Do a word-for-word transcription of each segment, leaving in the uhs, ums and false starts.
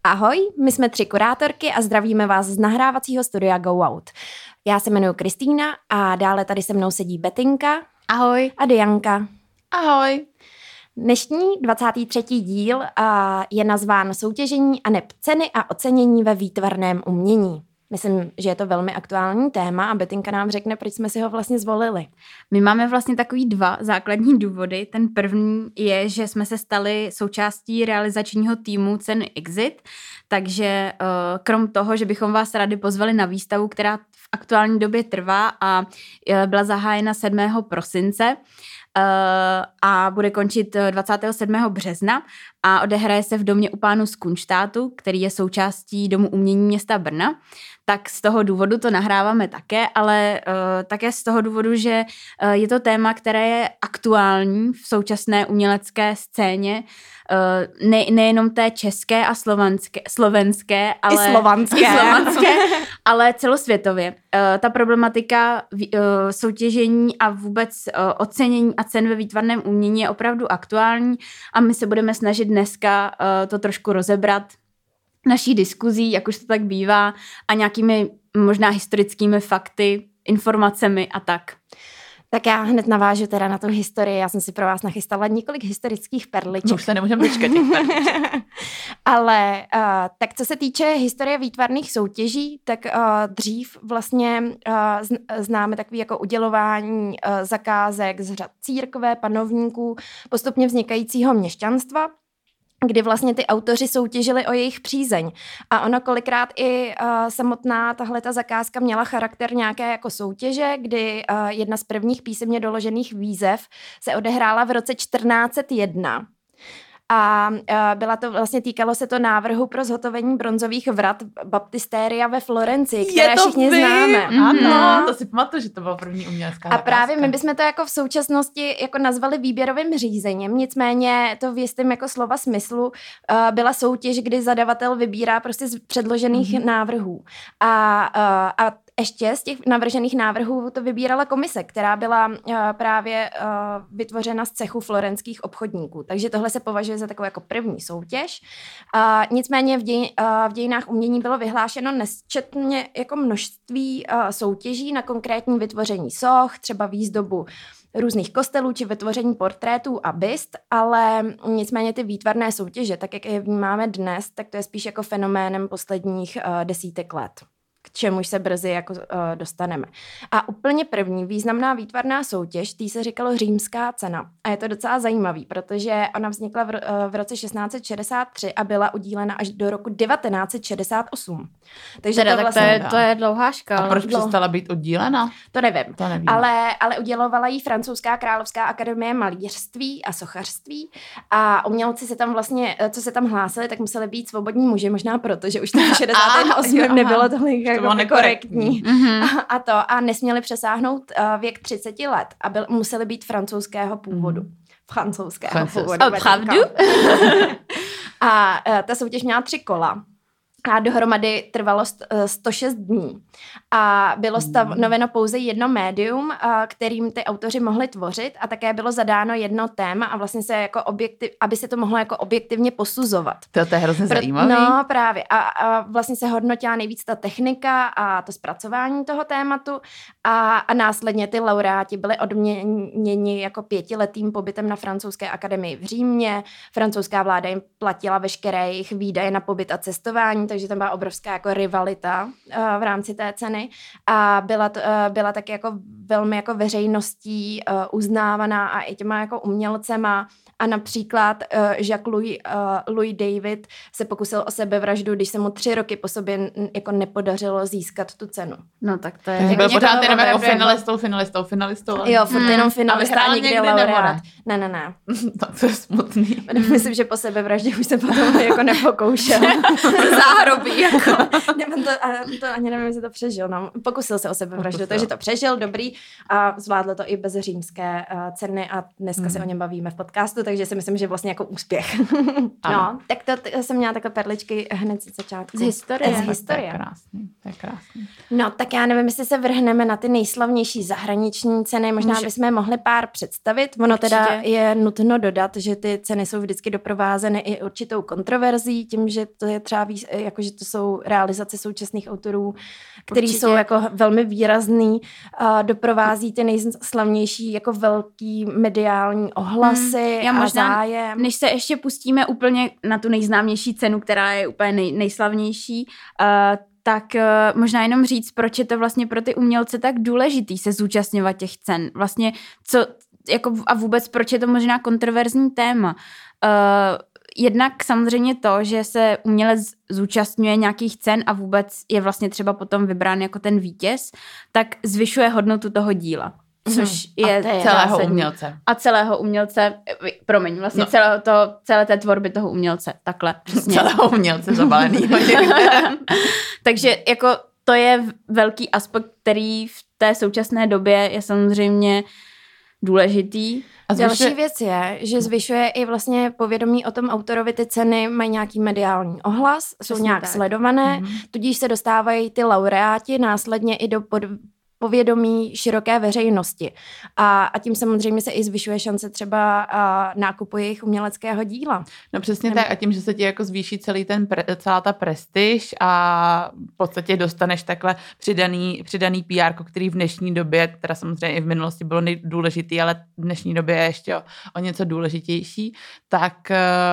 Ahoj, my jsme tři kurátorky a zdravíme vás z nahrávacího studia Go Out. Já se jmenuji Kristýna a dále tady se mnou sedí Betinka. Ahoj. A Dianka. Ahoj. Dnešní dvacátý třetí díl je nazván Soutěžení a neb ceny a ocenění ve výtvarném umění. Myslím, že je to velmi aktuální téma a Betinka nám řekne, proč jsme si ho vlastně zvolili. My máme vlastně takový dva základní důvody. Ten první je, že jsme se stali součástí realizačního týmu ceny Exit, takže krom toho, že bychom vás rádi pozvali na výstavu, která v aktuální době trvá a byla zahájena sedmého prosince, a bude končit dvacátého sedmého března a odehraje se v domě u pánů z Kunštátu, který je součástí Domu umění města Brna. Tak z toho důvodu to nahráváme také, ale uh, také z toho důvodu, že uh, je to téma, které je aktuální v současné umělecké scéně, uh, ne, nejenom té české a slovanské, slovenské, ale, I slovanské. slovanské, ale celosvětově. Uh, ta problematika uh, soutěžení a vůbec uh, ocenění a cen ve výtvarném umění je opravdu aktuální a my se budeme snažit dneska uh, to trošku rozebrat naší diskuzí, jak už to tak bývá, a nějakými možná historickými fakty, informacemi a tak. Tak já hned navážu teda na tu historii. Já jsem si pro vás nachystala několik historických perliček. No už se nemůžeme dočkat těch perliček. Ale uh, tak co se týče historie výtvarných soutěží, tak uh, dřív vlastně uh, známe takový jako udělování uh, zakázek z řad církve, panovníků, postupně vznikajícího měšťanstva, kdy vlastně ty autoři soutěžili o jejich přízeň. A ono kolikrát i uh, samotná tahleta zakázka měla charakter nějaké jako soutěže, kdy uh, jedna z prvních písemně doložených výzev se odehrála v roce čtrnáct set jedna. A uh, byla to vlastně týkalo se to návrhu pro zhotovení bronzových vrat baptistéria ve Florencii, které všichni vy? známe. Mm-hmm. Ano, to si pamatuju, že to byla první umělecká A právě my bychom to jako v současnosti jako nazvali výběrovým řízením, nicméně to v jistém jako slova smyslu uh, byla soutěž, kdy zadavatel vybírá prostě z předložených mm-hmm. návrhů. A, uh, a ještě z těch navržených návrhů to vybírala komise, která byla uh, právě uh, vytvořena z cechu florenských obchodníků. Takže tohle se považuje za takovou jako první soutěž. Uh, nicméně v, děj, uh, v dějinách umění bylo vyhlášeno nesčetně jako množství uh, soutěží na konkrétní vytvoření soch, třeba výzdobu různých kostelů či vytvoření portrétů a byst, ale nicméně ty výtvarné soutěže, tak jak je vnímáme dnes, tak to je spíš jako fenoménem posledních uh, desítek let, k čemuž se brzy jako uh, dostaneme. A úplně první významná výtvarná soutěž, tý se říkalo Římská cena. A je to docela zajímavý, protože ona vznikla v, uh, v roce šestnáct set šedesát tři a byla udílena až do roku devatenáct set šedesát osm. Takže teda, to, vlastně, tak to, je, to je dlouhá škála. A proč přestala být oddílena? To nevím. To nevím. Ale, ale udělovala jí Francouzská královská akademie malířství a sochařství a umělci se tam vlastně, co se tam hlásili, tak museli být svobodní muži, možná proto, že už tam v šedesátém osmém nebylo tolik jako korektní. Mm-hmm. A to a nesměli přesáhnout uh, věk třicet let a byl, museli být francouzského původu. Mm. Francouzského Francouz. původu. Opravdu? A uh, ta soutěž měla tři kola. A dohromady trvalo sto šest dní. A bylo stanoveno pouze jedno médium, kterým ty autoři mohli tvořit a také bylo zadáno jedno téma a vlastně se jako objektiv, aby se to mohlo jako objektivně posuzovat. To, to je hrozně Pro, zajímavý. No právě. A, a vlastně se hodnotila nejvíc ta technika a to zpracování toho tématu a, a následně ty laureáti byli odměněni jako pětiletým pobytem na Francouzské akademii v Římě. Francouzská vláda jim platila veškeré jejich výdaje na pobyt a cestování, takže tam byla obrovská jako rivalita uh, v rámci té ceny a byla, to, uh, byla taky jako velmi jako veřejností uh, uznávaná a i těma jako umělcema a například uh, Jacques Louis, uh, Louis David se pokusil o sebevraždu, když se mu tři roky po sobě n- jako nepodařilo získat tu cenu. No tak to je... Takže byl pořád jenom jako opravdu... finalistou, finalistou, finalistou. Jo, furt hmm. jenom finalista a nikdy laureát. Ne, ne, ne. To je smutný. Myslím, že po sebevraždě už se potom jako nepokoušel. Záhrobí, jako. Nemám to, to ani nevím, jestli to přežil. No. Pokusil se o sebevraždu, takže to přežil, dobrý. a zvládlo to i bez římské uh, ceny a dneska mm. se o něm bavíme v podcastu, takže si myslím, že vlastně jako úspěch. No, tak to t- jsem měla takové perličky hned z začátku. Z historie. Z historie. To je krásný, to je krásný. No, tak já nevím, jestli se vrhneme na ty nejslavnější zahraniční ceny, možná Může... bychom mohli pár představit. Ono Určitě. teda je nutno dodat, že ty ceny jsou vždycky doprovázeny i určitou kontroverzí, tím, že to je třeba, víc, jako, že to jsou realizace současných autorů, který Určitě. jsou jako velmi výrazný, uh, doprovází ty nejslavnější jako velký mediální ohlasy hmm, já možná, a zájem. Než se ještě pustíme úplně na tu nejznámější cenu, která je úplně nej, nejslavnější, uh, tak uh, možná jenom říct, proč je to vlastně pro ty umělce tak důležitý se zúčastňovat těch cen. Vlastně co, jako a vůbec proč je to možná kontroverzní téma. Uh, Jednak samozřejmě to, že se umělec zúčastňuje nějakých cen a vůbec je vlastně třeba potom vybrán jako ten vítěz, tak zvyšuje hodnotu toho díla. Což je, je celého zásadní. umělce. A celého umělce, promiň, vlastně no. celého toho, celé té tvorby toho umělce, takhle. Přesně. Celého umělce zabalenýho. Takže jako to je velký aspekt, který v té současné době je samozřejmě důležitý. A další věc je, že zvyšuje i vlastně povědomí o tom autorovi, ty ceny mají nějaký mediální ohlas, Přesně jsou nějak tak. sledované, Mm-hmm. tudíž se dostávají ty laureáti následně i do pod, povědomí široké veřejnosti. A, a tím samozřejmě se i zvyšuje šance třeba a, nákupu jejich uměleckého díla. No přesně tak a tím, že se ti jako zvýší celý ten pre, celá ta prestiž a v podstatě dostaneš takhle přidaný, přidaný P R, který v dnešní době, teda samozřejmě i v minulosti bylo nejdůležitý, ale v dnešní době je ještě o, o něco důležitější, tak,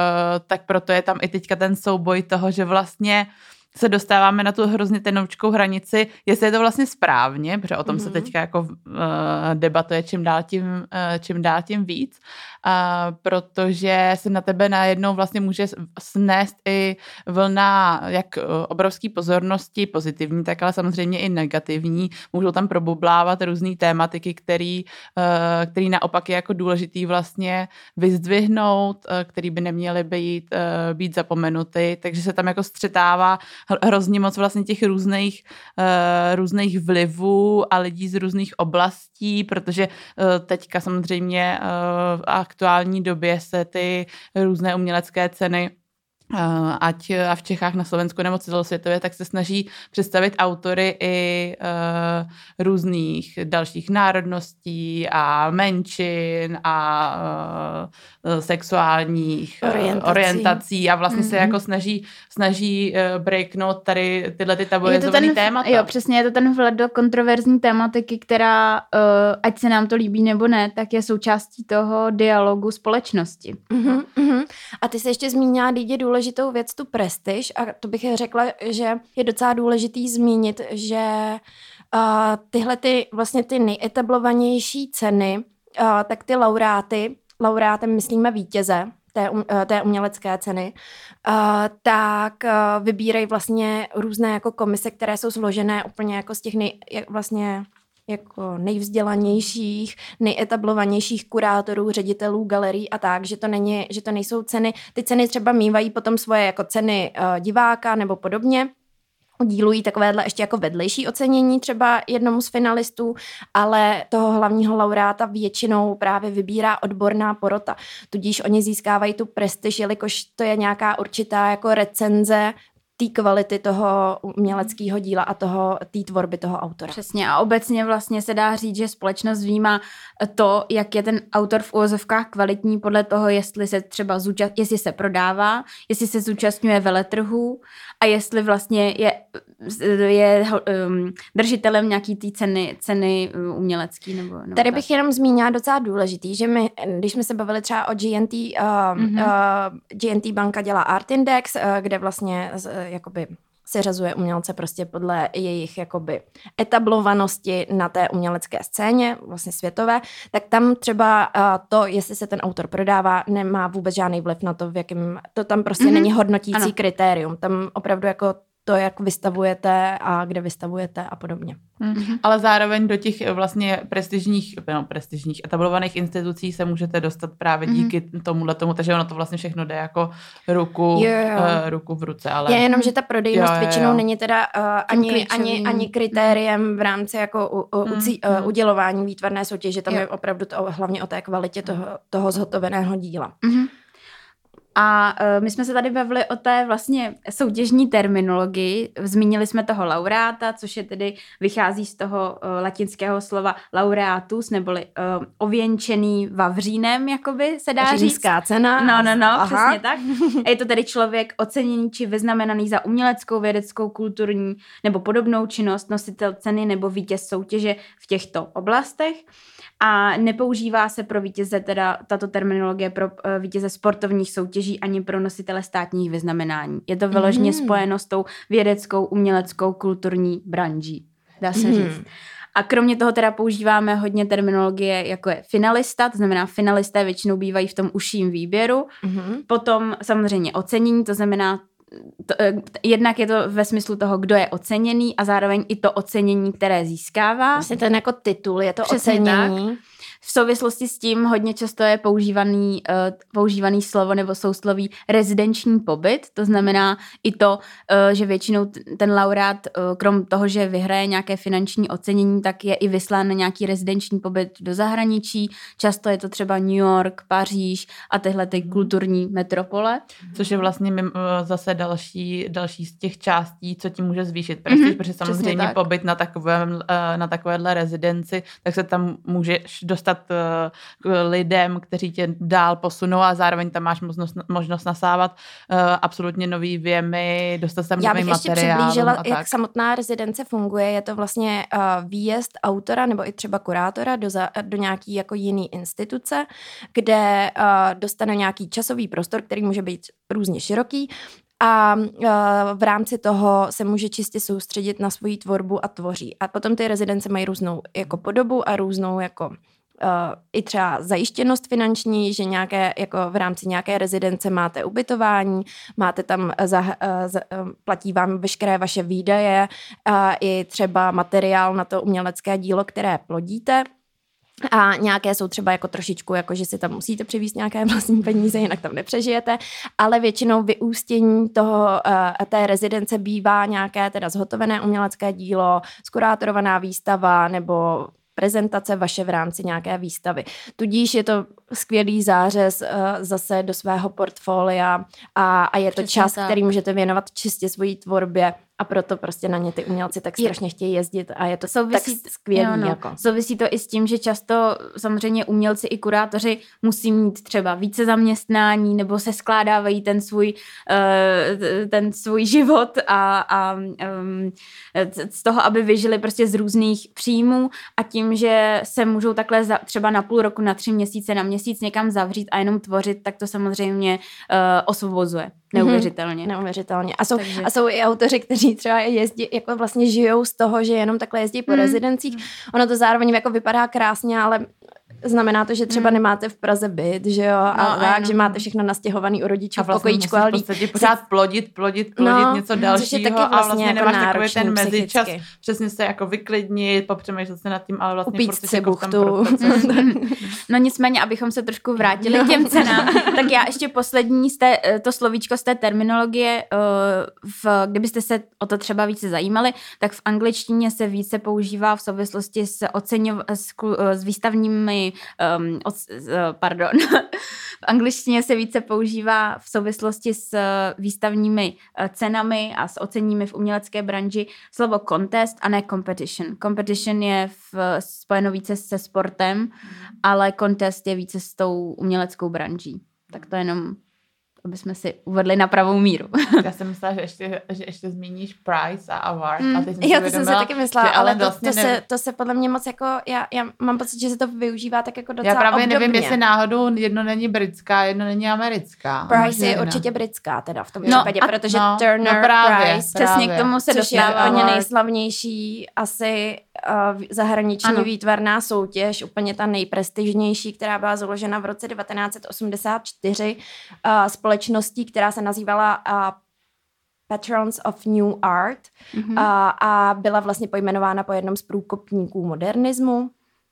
tak proto je tam i teďka ten souboj toho, že vlastně se dostáváme na tu hrozně tenoučkou hranici, jestli je to vlastně správně, protože o tom mm-hmm. se teďka jako uh, debatuje čím dál tím, uh, čím dál tím víc, uh, protože se na tebe najednou vlastně může snést i vlna jak uh, obrovský pozornosti, pozitivní, tak ale samozřejmě i negativní. Můžou tam probublávat různý tématiky, který, uh, který naopak je jako důležitý vlastně vyzdvihnout, uh, který by neměly být, uh, být zapomenuty, takže se tam jako střetává hrozně moc vlastně těch různých, uh, různých vlivů a lidí z různých oblastí, protože uh, teďka samozřejmě uh, v aktuální době se ty různé umělecké ceny Uh, ať a v Čechách, na Slovensku nebo celosvětově, tak se snaží představit autory i uh, různých dalších národností a menšin a uh, sexuálních orientací, orientací a vlastně mm-hmm. se jako snaží, snaží uh, breaknout tady tyhle ty tabuizované témata. Jo, přesně, je to ten vhled do kontroverzní tématiky, která, uh, ať se nám to líbí nebo ne, tak je součástí toho dialogu společnosti. Mm-hmm, mm-hmm. A ty jsi ještě zmínila, Dítě, důležitou věc, tu prestiž, a to bych řekla, že je docela důležitý zmínit, že uh, tyhle ty vlastně ty nejetablovanější ceny, uh, tak ty laureáty, laureátem myslíme vítěze té, um, té umělecké ceny, uh, tak uh, vybírají vlastně různé jako komise, které jsou složené úplně jako z těch nej, vlastně jako nejvzdělanějších, nejetablovanějších kurátorů, ředitelů galerií a tak, že to není, že to nejsou ceny. Ty ceny třeba mývají potom svoje jako ceny uh, diváka nebo podobně. Udílují takovéhle ještě jako vedlejší ocenění třeba jednomu z finalistů, ale toho hlavního laureáta většinou právě vybírá odborná porota. Tudíž oni získávají tu prestiž, jelikož to je nějaká určitá jako recenze té kvality toho uměleckého díla a toho té tvorby toho autora. Přesně a obecně vlastně se dá říct, že společnost vnímá to, jak je ten autor v uvozovkách kvalitní podle toho, jestli se třeba zúčast, jestli se prodává, jestli se zúčastňuje veletrhů a jestli vlastně je, je um, držitelem nějaký té ceny, ceny umělecký. Nebo, nebo Tady tak. bych jenom zmínila docela důležitý, že my, když jsme se bavili třeba o G N T, uh, mm-hmm. uh, G N T banka dělá Art Index, uh, kde vlastně uh, jakoby seřazuje umělce prostě podle jejich jakoby etablovanosti na té umělecké scéně, vlastně světové, tak tam třeba uh, to, jestli se ten autor prodává, nemá vůbec žádný vliv na to, v jakém, to tam prostě mm-hmm. není hodnotící ano. kritérium. Tam opravdu jako to, jak vystavujete a kde vystavujete a podobně. Mm-hmm. Ale zároveň do těch vlastně prestižních, no, prestižních etablovaných institucí se můžete dostat právě mm-hmm. díky tomuhle tomu, takže ono to vlastně všechno jde jako ruku, jo, jo. Uh, ruku v ruce. Ale... Je jenom, že ta prodejnost jo, jo, většinou jo. není teda uh, ani, ani, ani kritériem v rámci jako u, u, mm, ucí, uh, udělování výtvarné soutěže, tam jo. je opravdu to hlavně o té kvalitě toho, toho zhotoveného díla. Mm-hmm. A uh, my jsme se tady bavili o té vlastně soutěžní terminologii. Zmínili jsme toho laureáta, což je tedy, vychází z toho uh, latinského slova laureatus, neboli uh, ověnčený vavřínem, jakoby se dá říct. Římská cena. No, no, no, aha. Přesně tak. A je to tedy člověk oceněný či vyznamenaný za uměleckou, vědeckou, kulturní nebo podobnou činnost, nositel ceny nebo vítěz soutěže v těchto oblastech. A nepoužívá se pro vítěze teda tato terminologie pro uh, vítěze sportovních soutěží ani pro nositele státních vyznamenání. Je to vyloženě mm. spojeno s tou vědeckou, uměleckou, kulturní branží, dá se mm. říct. A kromě toho teda používáme hodně terminologie, jako je finalista, to znamená finalisté většinou bývají v tom užším výběru. Mm. Potom samozřejmě ocenění, to znamená To, jednak je to ve smyslu toho, kdo je oceněný a zároveň i to ocenění, které získává. Vlastně ten jako titul, je to přesně ocenění. Tak. V souvislosti s tím hodně často je používaný, uh, používaný slovo nebo sousloví rezidenční pobyt, to znamená i to, uh, že většinou t- ten laureát, uh, krom toho, že vyhraje nějaké finanční ocenění, tak je i vyslán na nějaký rezidenční pobyt do zahraničí. Často je to třeba New York, Paříž a tyhle ty kulturní metropole. Což je vlastně mimo, zase další, další z těch částí, co ti může zvýšit prestiž, mm-hmm, protože samozřejmě pobyt na, takovém, na takovéhle rezidenci, tak se tam můžeš dostat k lidem, kteří tě dál posunou a zároveň tam máš možnost, možnost nasávat uh, absolutně nový věmy, dostat tam nový materiál. Já bych ještě přiblížila, jak samotná rezidence funguje. Je to vlastně uh, výjezd autora nebo i třeba kurátora do, za, do nějaký jako jiný instituce, kde uh, dostane nějaký časový prostor, který může být různě široký. A uh, v rámci toho se může čistě soustředit na svoji tvorbu a tvoří. A potom ty rezidence mají různou jako podobu a různou jako Uh, i třeba zajištěnost finanční, že nějaké, jako v rámci nějaké rezidence máte ubytování, máte tam, za, uh, za, uh, platí vám veškeré vaše výdaje, uh, i třeba materiál na to umělecké dílo, které plodíte. A nějaké jsou třeba jako trošičku, jako že si tam musíte přivést nějaké vlastní peníze, jinak tam nepřežijete, ale většinou vyústění toho, uh, té rezidence bývá nějaké teda zhotovené umělecké dílo, skurátorovaná výstava nebo prezentace vaše v rámci nějaké výstavy. Tudíž je to skvělý zářez uh, zase do svého portfolia a, a je to Přesně čas, tak. který můžete věnovat čistě svojí tvorbě a proto prostě na ně ty umělci tak strašně chtějí jezdit a je to souvisí, tak skvělý. Jo, no. jako. Souvisí to i s tím, že často samozřejmě umělci i kurátoři musí mít třeba více zaměstnání nebo se skládávají ten svůj, uh, ten svůj život a, a um, z toho, aby vyžili prostě z různých příjmů a tím, že se můžou takhle za, třeba na půl roku, na tři měsíce, na měsíc někam zavřít a jenom tvořit, tak to samozřejmě uh, osvobozuje. Neuvěřitelně. Mm-hmm. Neuvěřitelně. A jsou, a jsou i autoři, kteří třeba jezdí, jako vlastně žijou z toho, že jenom takhle jezdí po mm. rezidencích. Ono to zároveň jako vypadá krásně, ale znamená to, že třeba mm. nemáte v Praze byt, že jo, a no, tak, že máte všechno nastěhovaný u rodičů a vlastně v pokojíčku. A v podstatě pořád plodit, plodit, plodit no, něco dalšího vlastně a vlastně jako nemáš takový ten mezičas, psychicky. Přesně se jako vyklidnit, popřemýšlet se nad tím, ale vlastně upít prostě si jako buchtu. No nicméně, abychom se trošku vrátili k těm cenám, tak já ještě poslední z té, to slovíčko z té terminologie, v, kdybyste se o to třeba více zajímali, tak v angličtině se více používá v souvislosti s, oceňov, s, s výstavními um, pardon, v angličtině se více používá v souvislosti s výstavními cenami a s oceními v umělecké branži slovo contest a ne competition. Competition je v, spojeno více se sportem, mm. ale contest je více s tou uměleckou branží. Tak to jenom, aby jsme si uvedli na pravou míru. Já jsem myslela, že ještě, že ještě zmíníš prize a award. Mm. A teď jo, to jsem se taky myslela, ale to, vlastně to, se, to se podle mě moc jako, já, já mám pocit, že se to využívá tak jako docela Já právě obdobně. nevím, jestli náhodou jedno není britská, jedno není americká. Prize je určitě britská teda v tom no, případě, protože no, Turner no právě, Prize, přesně k tomu se dostává. Je úplně nejslavnější asi uh, zahraniční ano. výtvarná soutěž, úplně ta nejprestižnější, která byla založena v roce devatenáct set osmdesát čtyři uh, společností, která se nazývala uh, Patrons of New Art mm-hmm. a, a byla vlastně pojmenována po jednom z průkopníků modernismu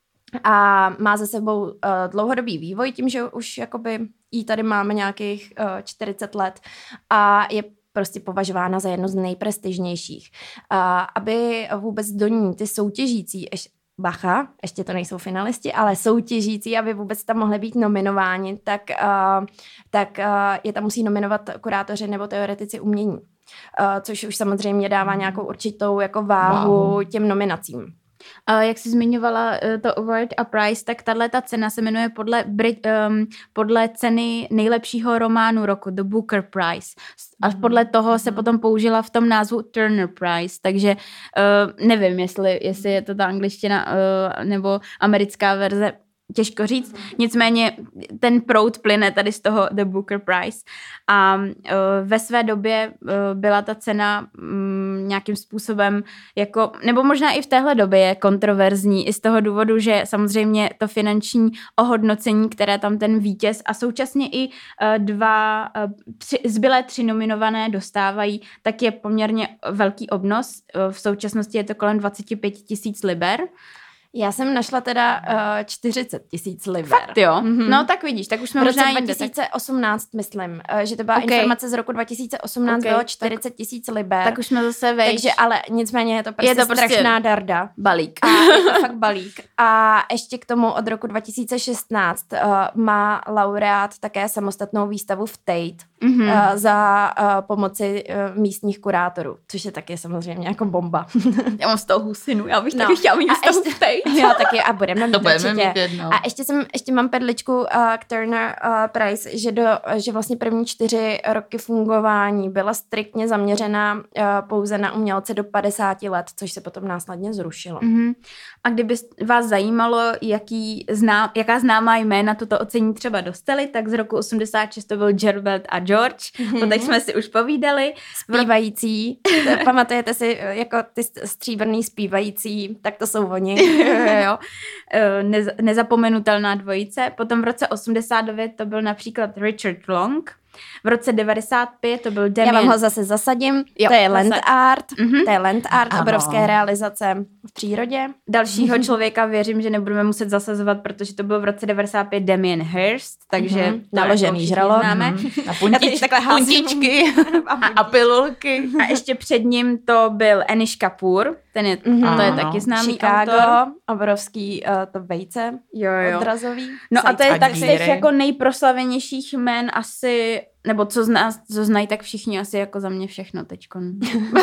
a má za sebou uh, dlouhodobý vývoj tím, že už jakoby jí tady máme nějakých uh, čtyřicet let a je prostě považována za jednu z nejprestižnějších. Uh, aby vůbec do ní ty soutěžící, ještě, bacha, ještě to nejsou finalisti, ale soutěžící, aby vůbec tam mohly být nominováni, tak, uh, tak uh, je tam musí nominovat kurátoři nebo teoretici umění. Uh, což už samozřejmě dává nějakou určitou jako váhu wow. těm nominacím. Uh, jak jsi zmiňovala uh, to award a prize, tak tato cena se jmenuje podle, Brit, um, podle ceny nejlepšího románu roku, The Booker Prize. A podle toho se potom použila v tom názvu Turner Prize, takže uh, nevím, jestli, jestli je to ta angličtina uh, nebo americká verze, těžko říct. Nicméně ten proud plyne tady z toho The Booker Prize a uh, ve své době uh, byla ta cena um, nějakým způsobem jako, nebo možná i v téhle době je kontroverzní i z toho důvodu, že samozřejmě to finanční ohodnocení, které tam ten vítěz a současně i uh, dva uh, tři, zbylé tři nominované dostávají, tak je poměrně velký obnos. Uh, v současnosti je to kolem dvacet pět tisíc liber. Já jsem našla teda uh, čtyřicet tisíc liber. Fakt jo? Mm-hmm. No tak vidíš, tak už jsme v možná roce jinde, dva tisíce osmnáct, tak... myslím, uh, že to byla okay. informace z roku dva tisíce osmnáct, okay. bylo čtyřicet tisíc liber. Tak už jsme zase vejš. Takže ale nicméně je to prostě, je to prostě strašná darda. Balík. A je to fakt balík. A ještě k tomu od roku dva tisíce šestnáct uh, má laureát také samostatnou výstavu v Tate mm-hmm. uh, za uh, pomoci uh, místních kurátorů, což je taky samozřejmě jako bomba. Já mám z toho husinu, já bych no. taky chtěla mít výstavu v Tate. Jo, taky a budeme mít to určitě. Mít jedno. A ještě, jsem, ještě mám perličku uh, k Turner uh, Prize, že, do, že vlastně první čtyři roky fungování byla striktně zaměřena uh, pouze na umělce do padesáti let, což se potom následně zrušilo. Mm-hmm. A kdyby vás zajímalo, jaký zná, jaká známá jména toto ocení třeba dostali, tak z roku osmdesát šest to byl Gerbert a George, mm-hmm. o teď jsme si už povídali. Zpívající, pamatujete si jako ty stříbrný zpívající, tak to jsou oni. Jo. Nez, nezapomenutelná dvojice. Potom v roce osmdesát devět to byl například Richard Long. V roce devadesát pět to byl Damien. Já vám ho zase zasadím. Jo, to je land art. Mm-hmm. To je land art, ano. Obrovské realizace v přírodě. Dalšího člověka věřím, že nebudeme muset zasazovat, protože to byl v roce devadesát pět Damien Hirst, takže mm-hmm. naložený žralok. Mm-hmm. A puntič, puntičky a, a pilulky. A ještě před ním to byl Anish Kapoor, ten je, mm-hmm. to je taky známý Chicago, autor. Obrovský uh, to vejce jo, jo. odrazový. No a to je tak z těch jako nejproslavenějších jmen asi, nebo co, zná, co znají, tak všichni asi jako za mě všechno teďkon.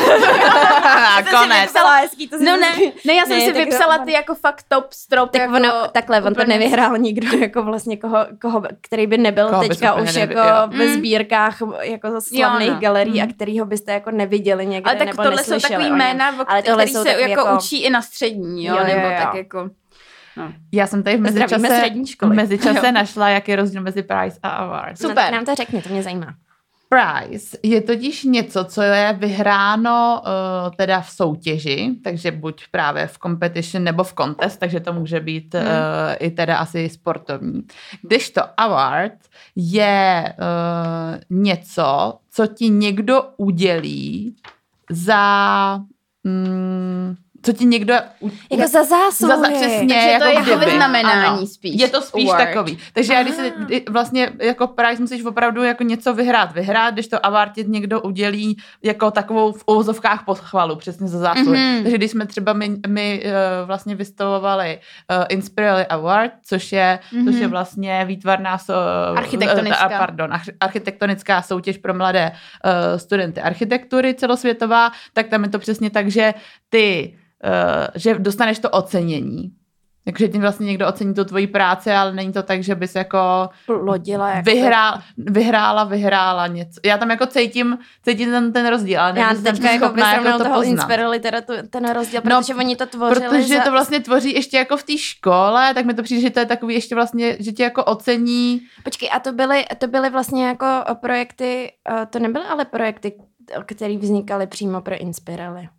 A konec. Hezký, to no ne, ne, já jsem ne, si vypsala ty jako fakt top strop. Tak jako ono, takhle, on to nevyhrál nikdo, jako vlastně koho, koho který by nebyl koho teďka už nevi, jako jo. ve sbírkách jako slavných jo, no. galerií mm. a kterýho byste jako neviděli někde ale tak nebo tohle neslyšeli. Jsou takový jména, ale který se jako, jako učí i na střední, jo, jo, jo, nebo jo. tak jako... No. Já jsem tady v mezičase, v mezičase našla, jaký je rozdíl mezi prize a award. Super. No, nám to řekni, to mě zajímá. Prize je totiž něco, co je vyhráno uh, teda v soutěži, takže buď právě v competition nebo v contest, takže to může být hmm. uh, i teda asi sportovní. Kdežto award je uh, něco, co ti někdo udělí za... Mm, co ti někdo... Jako za zásluhy. Za, přesně, takže jako to je kdyby. vyznamenání ano, spíš. Je to spíš award. Takový. Takže já když si vlastně jako prize musíš opravdu jako něco vyhrát, vyhrát, když to award ti někdo udělí jako takovou v uvozovkách pochvalu, přesně za zásluhy. Mm-hmm. Takže když jsme třeba my, my uh, vlastně vystavovali uh, Inspirelli Award, což je, mm-hmm. což je vlastně výtvarná uh, architektonická. Uh, pardon, architektonická soutěž pro mladé uh, studenty architektury celosvětová, tak tam je to přesně tak, že ty Uh, že dostaneš to ocenění. Takže tím vlastně někdo ocení tu tvoji práci, ale není to tak, že bys jako lodila. Jako vyhrál, vyhrála, vyhrála něco. Já tam jako cítím, cítím ten, ten rozdíl, ale já teďka jako schopná jako to toho poznat. Inspirali teda tu, ten rozdíl, protože no, oni to tvořili. Protože za... to vlastně tvoří ještě jako v té škole, tak mi to přijde, že to je takový ještě vlastně, že tě jako ocení. Počkej, a to byly, to byly vlastně jako projekty, to nebyly ale projekty, které vznikaly přímo pro Inspirali.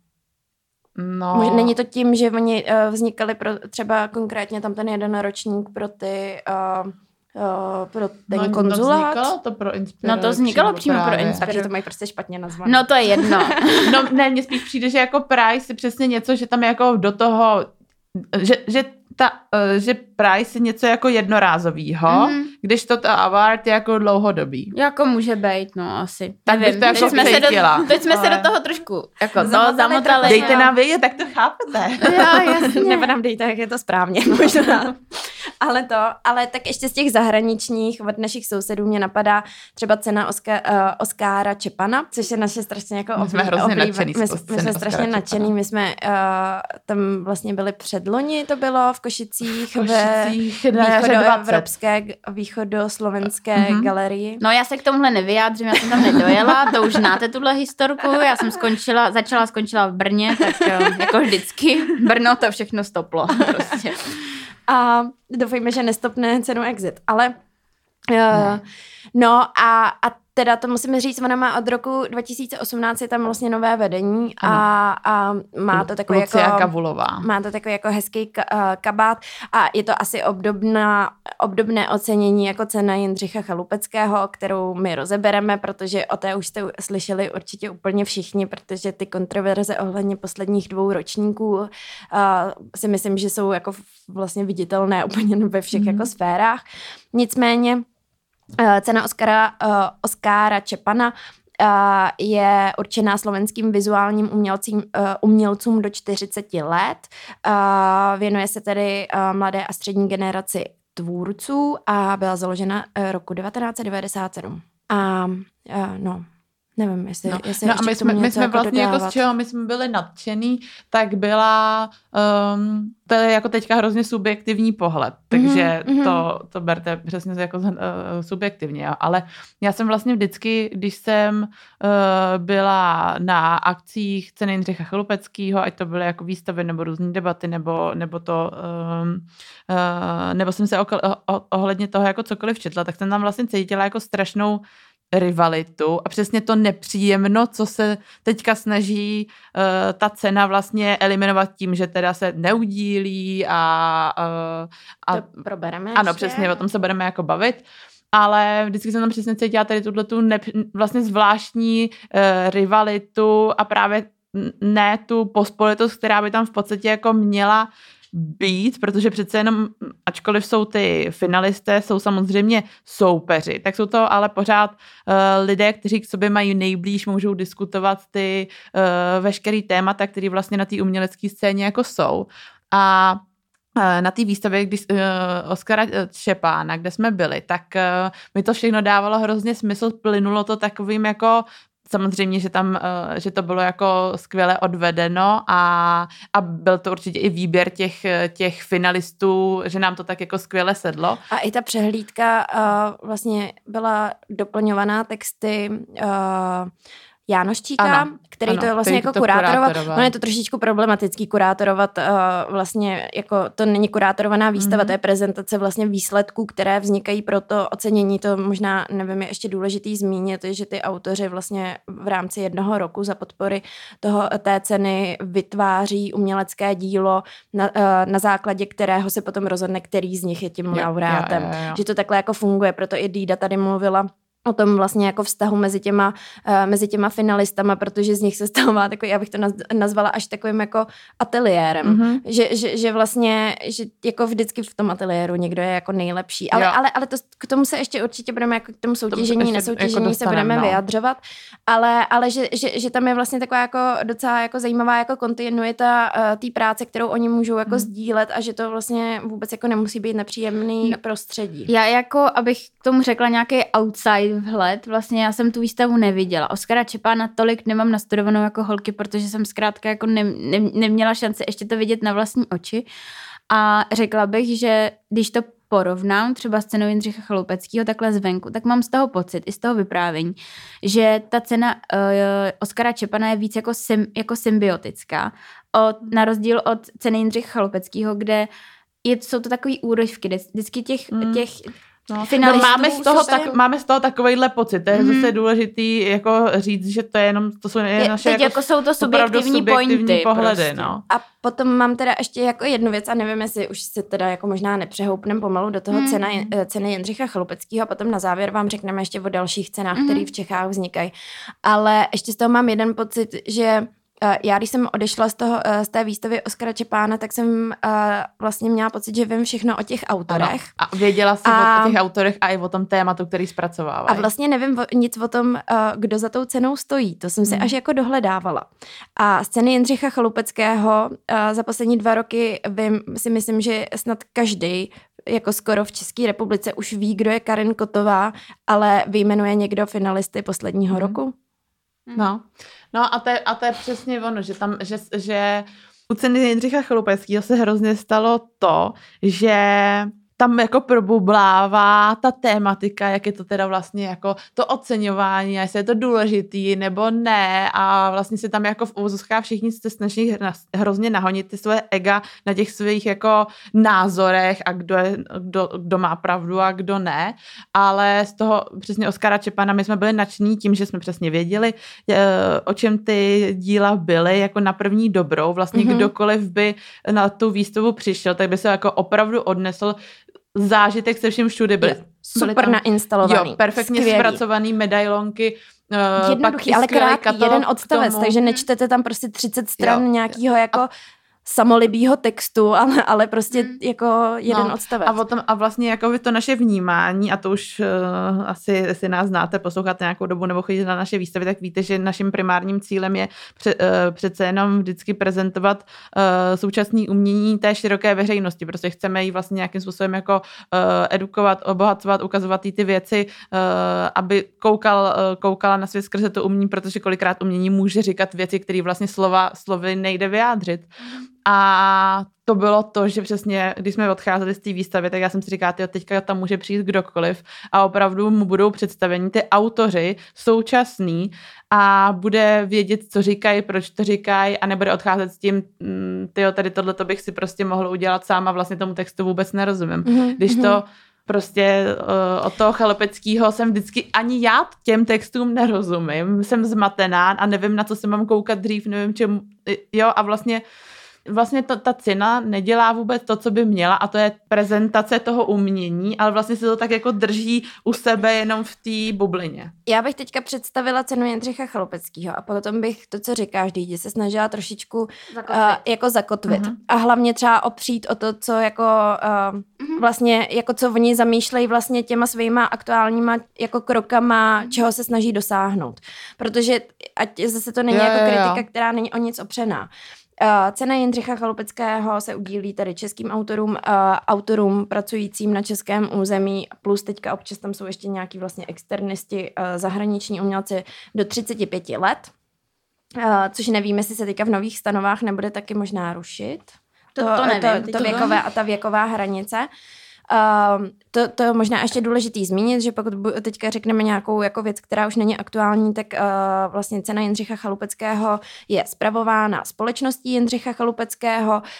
No. Není to tím, že oni uh, vznikali pro třeba konkrétně tam ten jeden ročník pro ty uh, Uh, pro ten no, konzulát. No vznikalo to pro inspiraci. No to vznikalo přímo právě. pro inspiraci. Takže to mají prostě špatně nazvané. No to je jedno. No ne, mně spíš přijde, že jako Price je přesně něco, že tam je jako do toho, že, že ta, že Price je něco jako jednorázovýho, mm. když to ta award je jako dlouhodobý. Jako může být, no asi. Tak bych to jako jsme se do, teď jsme ale... se do toho trošku jako zamotali. zamotali Dejte nám vědět, tak to chápete. Jo, jasně. Nebo nám dejte, jak je to správně. Možná. Ale to, ale tak ještě z těch zahraničních od našich sousedů mě napadá třeba cena Oscar, uh, Oscara Čepana, což je naše strašně jako my jsme hrozně nadšený. My, my jsme strašně nadšený. My jsme uh, tam vlastně byli předloni, to bylo v Košicích, v Košicích ve východoevropské, východoslovenské uh-huh. galerii. No já se k tomuhle nevyjádřím, já jsem tam nedojela, to už znáte tuhle historku, já jsem skončila, začala, skončila v Brně, tak jako vždycky, Brno to všechno stoplo prostě. A doufejme, že nestopne cenu Exit, ale uh, no a, a teda to musíme říct, ona má od roku dva tisíce osmnáct je tam vlastně nové vedení a, a má to takový Lucia jako Kavulová. Má to takový jako hezký ka, uh, kabát a je to asi obdobná, obdobné ocenění jako cena Jindřicha Chalupeckého, kterou my rozebereme, protože o té už jste slyšeli určitě úplně všichni, protože ty kontroverze ohledně posledních dvou ročníků uh, si myslím, že jsou jako vlastně viditelné úplně ve všech mm. jako sférách. Nicméně cena Oscara, uh, Oscara Čepana uh, je určená slovenským vizuálním umělcím, uh, umělcům do čtyřicet let. Uh, věnuje se tedy uh, mladé a střední generaci tvůrců a byla založena uh, roku devatenáct set devadesát sedm. A uh, no... Nevím, jestli, no. jestli no a my jsme, my jsme jako vlastně dodávat. jako z čeho my jsme byli nadšený, tak byla um, to je jako teďka hrozně subjektivní pohled, takže mm-hmm. to, to berte přesně jako uh, subjektivně, jo. Ale já jsem vlastně vždycky, když jsem uh, byla na akcích ceny Jindřicha Chalupeckého, ať to byly jako výstavy nebo různé debaty, nebo, nebo to um, uh, nebo jsem se okl, oh, ohledně toho jako cokoliv četla, tak jsem tam vlastně cítila jako strašnou rivalitu a přesně to nepříjemno, co se teďka snaží uh, ta cena vlastně eliminovat tím, že teda se neudílí a... Uh, a to probereme ano, ještě. Přesně, o tom se budeme jako bavit. Ale vždycky jsem tam přesně cítila tady tuhletu ne, vlastně zvláštní uh, rivalitu a právě ne tu pospolitost, která by tam v podstatě jako měla být, protože přece jenom, ačkoliv jsou ty finalisté, jsou samozřejmě soupeři, tak jsou to ale pořád uh, lidé, kteří k sobě mají nejblíž, můžou diskutovat ty uh, veškerý témata, které vlastně na té umělecké scéně jako jsou. A na té výstavě, když uh, Oscara Čepána, kde jsme byli, tak uh, mi to všechno dávalo hrozně smysl, plynulo to takovým jako samozřejmě, že tam, že to bylo jako skvěle odvedeno a, a byl to určitě i výběr těch, těch finalistů, že nám to tak jako skvěle sedlo. A i ta přehlídka uh, vlastně byla doplňovaná texty uh, Jánoščíka, ano, který ano, to je vlastně jako to kurátoroval. Ono je to trošičku problematický kurátorovat, uh, vlastně jako to není kurátorovaná výstava, mm-hmm. to je prezentace vlastně výsledků, které vznikají pro to ocenění. To možná, nevím, je ještě důležitý zmínit, že ty autoři vlastně v rámci jednoho roku za podpory toho, té ceny vytváří umělecké dílo, na, uh, na základě kterého se potom rozhodne, který z nich je tím laureátem. Jo, jo, jo, jo. Že to takhle jako funguje, proto i Dída tady mluvila o tom vlastně jako vztahu mezi těma, uh, mezi těma finalistama, protože z nich se stává takový, já bych to nazvala až takovým jako ateliérem. Mm-hmm. Že, že, že vlastně, že jako vždycky v tom ateliéru někdo je jako nejlepší. Ale, ale, ale to, k tomu se ještě určitě budeme jako k tomu soutěžení, tomu nesoutěžení jako se budeme no. vyjadřovat. Ale, ale že, že, že tam je vlastně taková jako docela jako zajímavá jako kontinuita uh, té práce, kterou oni můžou jako mm. sdílet a že to vlastně vůbec jako nemusí být nepříjemný no. prostředí. Já jako, abych k tomu řekla nějaký outside vhled, vlastně já jsem tu výstavu neviděla. Oscara Čepána tolik nemám nastudovanou jako holky, protože jsem zkrátka jako ne, ne, neměla šanci ještě to vidět na vlastní oči. A řekla bych, že když to porovnám třeba s cenou Jindřicha Chalupeckého takhle zvenku, tak mám z toho pocit, i z toho vyprávění, že ta cena uh, Oscara Čepana je víc jako, sim, jako symbiotická. Od, na rozdíl od ceny Jindřicha Chalupeckého, kde je, jsou to takový úryvky, vždycky těch, mm. těch No, no máme, z toho tak, máme z toho takovejhle pocit, to je mm. zase důležitý jako říct, že to je jenom, to jsou je naše jako, jako, jsou to subjektivní, subjektivní pointy pohledy, prostě. No. A potom mám teda ještě jako jednu věc a nevím, jestli už se teda jako možná nepřehoupnem pomalu do toho mm. cena, ceny Jindřicha Chalupeckého a potom na závěr vám řekneme ještě o dalších cenách, mm. které v Čechách vznikají. Ale ještě z toho mám jeden pocit, že já, když jsem odešla z, toho, z té výstavy Oskara Čepána, tak jsem uh, vlastně měla pocit, že vím všechno o těch autorech. Ano. A věděla jsi a, o těch autorech a i o tom tématu, který zpracovávají. A vlastně nevím o, nic o tom, uh, kdo za tou cenou stojí. To jsem si hmm. až jako dohledávala. A z ceny Jindřicha Chalupeckého uh, za poslední dva roky vím, si myslím, že snad každý jako skoro v České republice už ví, kdo je Karin Kotová, ale vyjmenuje někdo finalisty posledního hmm. roku? No. No a to, je, a to je přesně ono, že tam, že, že u ceny Jindřicha Chalupeckého se hrozně stalo to, že tam jako probublává ta tématika, jak je to teda vlastně jako to oceňování, jestli je to důležitý nebo ne a vlastně se tam jako v uvozovkách všichni se snaží hrozně nahonit ty svoje ega na těch svých jako názorech a kdo, je, kdo, kdo má pravdu a kdo ne, ale z toho přesně Oskara Čepana my jsme byli nadšení tím, že jsme přesně věděli, o čem ty díla byly jako na první dobrou, vlastně mm-hmm. kdokoliv by na tu výstavu přišel, tak by se jako opravdu odnesl zážitek se vším všude byly. Super nainstalovaný. Jo, perfektně skvělý. Zpracovaný medailonky. Uh, Jednoduchý, ale krát jeden odstavec, takže nečtete tam prostě třicet stran jo. nějakýho jako... A samolibýho textu, ale, ale prostě mm. jako jeden no, odstavec. A, tom, a vlastně jako to naše vnímání, a to už uh, asi, jestli nás znáte, posloucháte nějakou dobu nebo chodíte na naše výstavy, tak víte, že naším primárním cílem je pře, uh, přece jenom vždycky prezentovat uh, současné umění té široké veřejnosti. Prostě chceme jí vlastně nějakým způsobem jako uh, edukovat, obohacovat, ukazovat jí ty věci, uh, aby koukal, uh, koukala na svět skrze to umění, protože kolikrát umění může říkat věci, které vlastně slova, slovy nejde vyjádřit. A to bylo to, že přesně, když jsme odcházeli z té výstavy, tak já jsem si říkala, tyjo, teďka tam může přijít kdokoliv a opravdu mu budou představeni ty autoři současný a bude vědět, co říkají, proč to říkají a nebude odcházet s tím, tyjo, tady tohleto bych si prostě mohl udělat sám a vlastně tomu textu vůbec nerozumím. Mm-hmm. Když to prostě uh, od toho Chalupeckého jsem vždycky, ani já těm textům nerozumím, jsem zmatená a nevím, na co se mám koukat dřív, nevím čemu, jo a vlastně Vlastně to, ta cena nedělá vůbec to, co by měla a to je prezentace toho umění, ale vlastně se to tak jako drží u sebe jenom v té bublině. Já bych teďka představila cenu Jindřicha Chalupeckého a potom bych to, co říkáš, Dýdě, se snažila trošičku zakotvit. Uh, jako zakotvit. Uh-huh. A hlavně třeba opřít o to, co jako uh, uh-huh. vlastně, jako co oni zamýšlejí vlastně těma svýma aktuálníma jako krokama, uh-huh. čeho se snaží dosáhnout. Protože ať zase to není jo, jako kritika, jo. která není o nic opřená. Uh, cena Jindřicha Chalupeckého se udílí tady českým autorům, uh, autorům pracujícím na českém území, plus teďka občas tam jsou ještě nějaký vlastně externisti, uh, zahraniční umělci do třicet pět let, uh, což nevím, jestli se teďka v nových stanovách nebude taky možná rušit. To, to, to nevím. To, to věkové a ta věková hranice. Uh, to, to je možná ještě důležitý zmínit, že pokud teďka řekneme nějakou jako věc, která už není aktuální, tak uh, vlastně cena Jindřicha Chalupeckého je spravována společností Jindřicha Chalupeckého uh,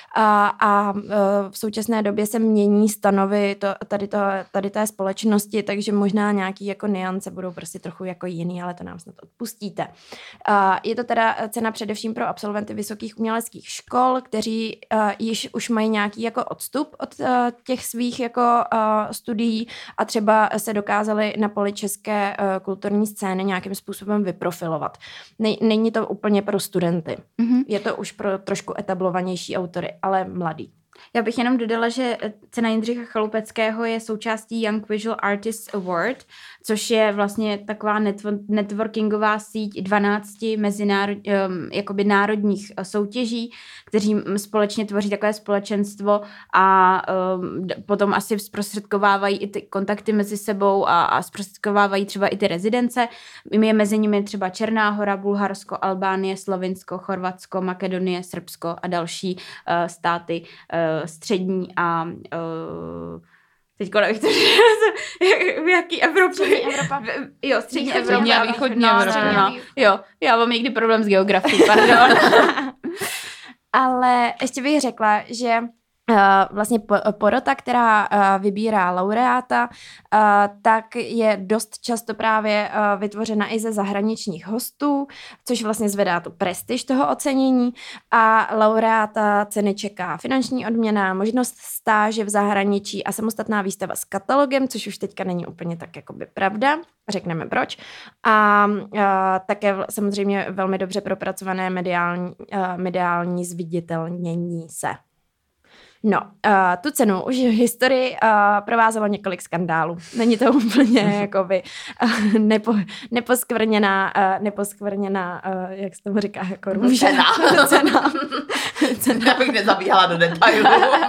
a uh, v současné době se mění stanovy to, tady, to, tady té společnosti, takže možná nějaký jako niance budou prostě trochu jako jiný, ale to nám snad odpustíte. Uh, je to teda cena především pro absolventy vysokých uměleckých škol, kteří uh, již už mají nějaký jako odstup od uh, těch svých jako uh, studií a třeba se dokázali na poli české uh, kulturní scény nějakým způsobem vyprofilovat. Nej, není to úplně pro studenty. Mm-hmm. Je to už pro trošku etablovanější autory, ale mladý. Já bych jenom dodala, že cena Jindřicha Chalupeckého je součástí Young Visual Artists Award, což je vlastně taková networkingová síť dvanácti mezinárod, jakoby národních soutěží, kteří společně tvoří takové společenstvo a um, potom asi zprostředkovávají i ty kontakty mezi sebou a, a zprostředkovávají třeba i ty rezidence. Je mezi nimi třeba Černá Hora, Bulharsko, Albánie, Slovinsko, Chorvatsko, Makedonie, Srbsko a další uh, státy uh, střední a uh, teďko nevím, v jaký Evropě. Střední Evropa. Jo, střední Evropa. Střední a východní no, Evropa. No. Jo, já mám někdy problém s geografií, pardon. Ale ještě bych řekla, že vlastně porota, která vybírá laureáta, tak je dost často právě vytvořena i ze zahraničních hostů, což vlastně zvedá tu prestiž toho ocenění a laureáta ceny čeká finanční odměna, možnost stáže v zahraničí a samostatná výstava s katalogem, což už teďka není úplně tak jakoby pravda, řekneme proč. A, a také samozřejmě velmi dobře propracované mediální, mediální zviditelnění se. No, uh, tu cenu už v historii uh, provázelo několik skandálů. Není to úplně jakoby uh, nepo, neposkvrněná, uh, neposkvrněná, uh, jak se tomu říká, jako růže. Cena. Cena. Cena. Já bych nezabíhala do detailů.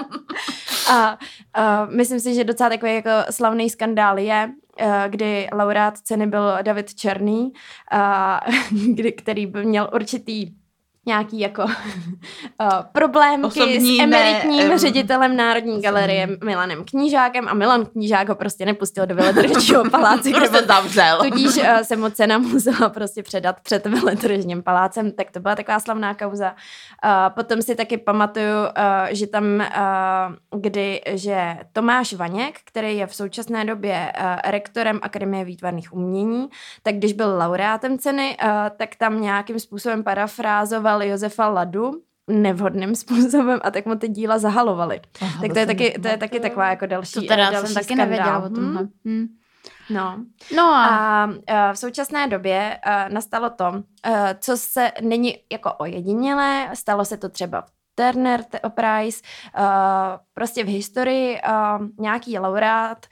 A uh, myslím si, že docela takový jako slavný skandál je, uh, kdy laureát ceny byl David Černý, uh, kdy, který by měl určitý nějaký jako uh, problémky Osobní, s emeritním ne, ředitelem Národní galerie Milanem Knížákem a Milan Knížák ho prostě nepustil do Veletržního paláce, kde prostě zavřel. Tudíž uh, se mu cena musela prostě předat před Veletržním palácem, tak to byla taková slavná kauza. Uh, potom si taky pamatuju, uh, že tam, uh, kdy, že Tomáš Vaněk, který je v současné době uh, rektorem Akademie výtvarných umění, tak když byl laureátem ceny, uh, tak tam nějakým způsobem parafrázoval Josefa Ladu nevhodným způsobem a tak mu ty díla zahalovali. Aha, tak to, to je taky, to je taky taková jako další To teda další jsem taky skandál. nevěděla o tomhle. Hmm. No. no a... a uh, v současné době uh, nastalo to, uh, co se není jako ojedinělé, stalo se to třeba v Turner Prize, uh, prostě v historii uh, nějaký laureát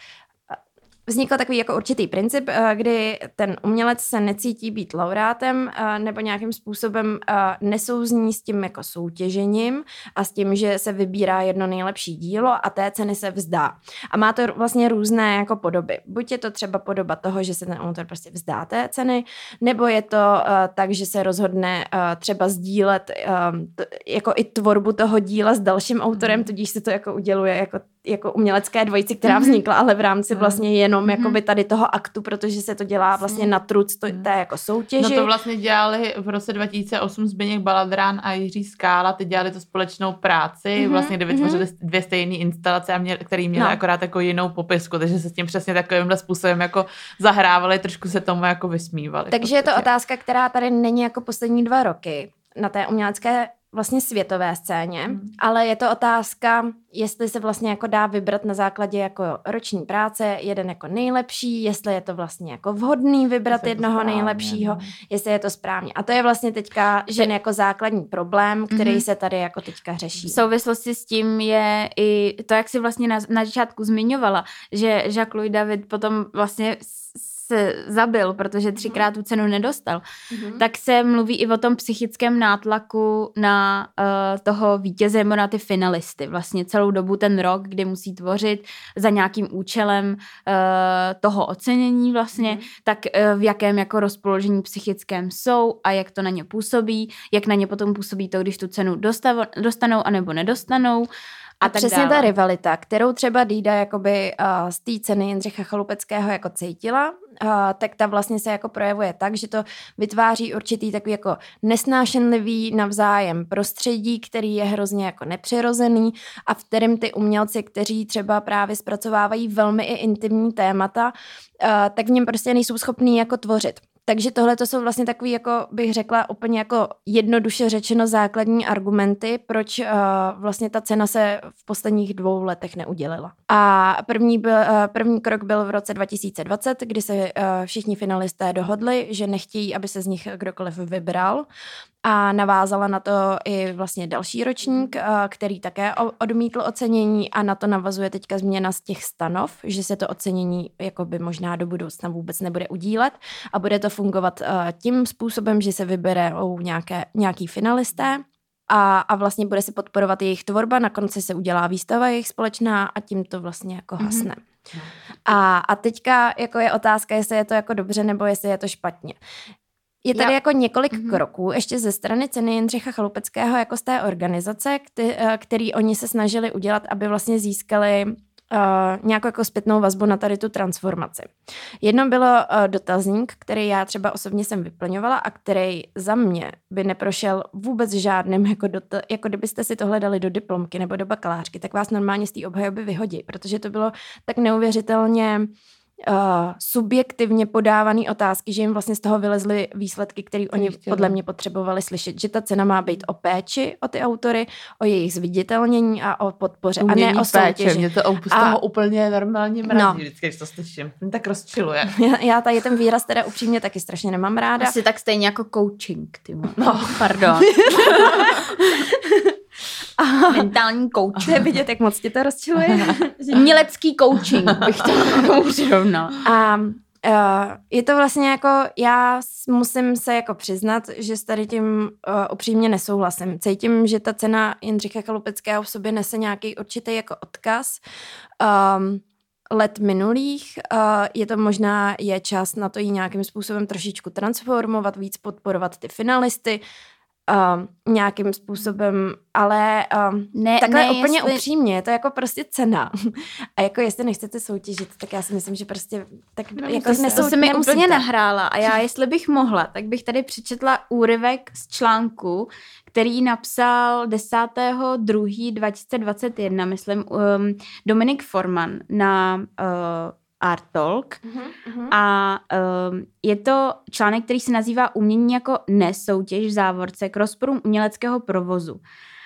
vznikl takový jako určitý princip, kdy ten umělec se necítí být laureátem nebo nějakým způsobem nesouzní s tím jako soutěžením a s tím, že se vybírá jedno nejlepší dílo a té ceny se vzdá. A má to vlastně různé jako podoby. Buď je to třeba podoba toho, že se ten autor prostě vzdá té ceny, nebo je to tak, že se rozhodne třeba sdílet jako i tvorbu toho díla s dalším autorem, tudíž se to jako uděluje jako, jako umělecké dvojici, která vznikla, ale v rámci vlastně jenom mm-hmm. jakoby tady toho aktu, protože se to dělá vlastně na truc to, té jako soutěži. No to vlastně dělali v roce dva tisíce osm Zbyněk Baladrán a Jiří Skála, ty dělali to společnou práci, mm-hmm. vlastně kde vytvořili mm-hmm. dvě stejné instalace, a měl, který měly no. akorát jako jinou popisku, takže se s tím přesně takovýmhle způsobem jako zahrávali, trošku se tomu jako vysmívali. Takže je to otázka, která tady není jako poslední dva roky na té umělecké vlastně světové scéně, hmm. ale je to otázka, jestli se vlastně jako dá vybrat na základě jako roční práce jeden jako nejlepší, jestli je to vlastně jako vhodný vybrat jestli jednoho správně, nejlepšího, no. jestli je to správně. A to je vlastně teďka že ten jako základní problém, který hmm. se tady jako teďka řeší. V souvislosti s tím je i to, jak jsi vlastně na, na začátku zmiňovala, že Jacques-Louis David potom vlastně se zabil, protože třikrát tu cenu nedostal, mm-hmm. tak se mluví i o tom psychickém nátlaku na uh, toho vítěze nebo na ty finalisty. Vlastně celou dobu ten rok, kdy musí tvořit za nějakým účelem uh, toho ocenění vlastně, mm-hmm. tak uh, v jakém jako rozpoložení psychickém jsou a jak to na ně působí, jak na ně potom působí to, když tu cenu dostav, dostanou anebo nedostanou. A, a přesně dále. Ta rivalita, kterou třeba Dýda jakoby uh, z té ceny Jindřicha Chalupeckého jako cítila, uh, tak ta vlastně se jako projevuje tak, že to vytváří určitý takový jako nesnášenlivý navzájem prostředí, který je hrozně jako nepřirozený a v kterém ty umělci, kteří třeba právě zpracovávají velmi i intimní témata, uh, tak v něm prostě nejsou schopní jako tvořit. Takže tohle to jsou vlastně takový, jako bych řekla, úplně jako jednoduše řečeno základní argumenty, proč uh, vlastně ta cena se v posledních dvou letech neudělila. A první, byl, uh, první krok byl v roce dva tisíce dvacet, kdy se uh, všichni finalisté dohodli, že nechtějí, aby se z nich kdokoliv vybral. A navázala na to i vlastně další ročník, který také odmítl ocenění a na to navazuje teďka změna z těch stanov, že se to ocenění jakoby možná do budoucna vůbec nebude udílet a bude to fungovat tím způsobem, že se vyberou nějaké, nějaký finalisté a, a vlastně bude se podporovat jejich tvorba, na konci se udělá výstava jejich společná a tím to vlastně jako hasne. Mm-hmm. A, a teďka jako je otázka, jestli je to jako dobře nebo jestli je to špatně. Je tady Já. jako několik mm-hmm. kroků ještě ze strany ceny Jindřicha Chalupeckého jako z té organizace, který, který oni se snažili udělat, aby vlastně získali Uh, nějakou jako zpětnou vazbu na tady tu transformaci. Jedno bylo uh, dotazník, který já třeba osobně jsem vyplňovala a který za mě by neprošel vůbec žádným, jako, dota- jako kdybyste si tohle dali do diplomky nebo do bakalářky, tak vás normálně z té obhajoby vyhodí, protože to bylo tak neuvěřitelně Uh, subjektivně podávaný otázky, že jim vlastně z toho vylezly výsledky, které oni podle mě potřebovali slyšet, že ta cena má být o péči, o ty autory, o jejich zviditelnění a o podpoře, umění a ne o soutěži. Péče, mě to z toho a... úplně normálně mrazí, no. Vždycky, když to slyším. Mě tak rozčiluje. Já, já tady ten výraz teda upřímně taky strašně nemám ráda. Asi tak stejně jako coaching, ty no. Pardon. Mentální coaching. To je vidět, jak moc tě to rozčiluje. Umělecký coaching bych to přirovnal. A uh, je to vlastně jako, já musím se jako přiznat, že s tady tím uh, upřímně nesouhlasím. Cítím, že ta cena Jindřicha Chalupeckého v sobě nese nějaký určitý jako odkaz um, let minulých. Uh, je to možná, je čas na to jí nějakým způsobem trošičku transformovat, víc podporovat ty finalisty, Uh, nějakým způsobem, ale uh, ne, takhle ne, úplně jestli... upřímně, je to jako prostě cena. A jako jestli nechcete soutěžit, tak já si myslím, že prostě tak no, jako to, nesou, to se mi úplně nahrála a já, jestli bych mohla, tak bych tady přečetla úryvek z článku, který napsal desátého druhého dva tisíce dvacet jedna, myslím, um, Dominik Forman na uh, Art Talk uh-huh. a um, je to článek, který se nazývá Umění jako nesoutěž v závorce k rozporům uměleckého provozu.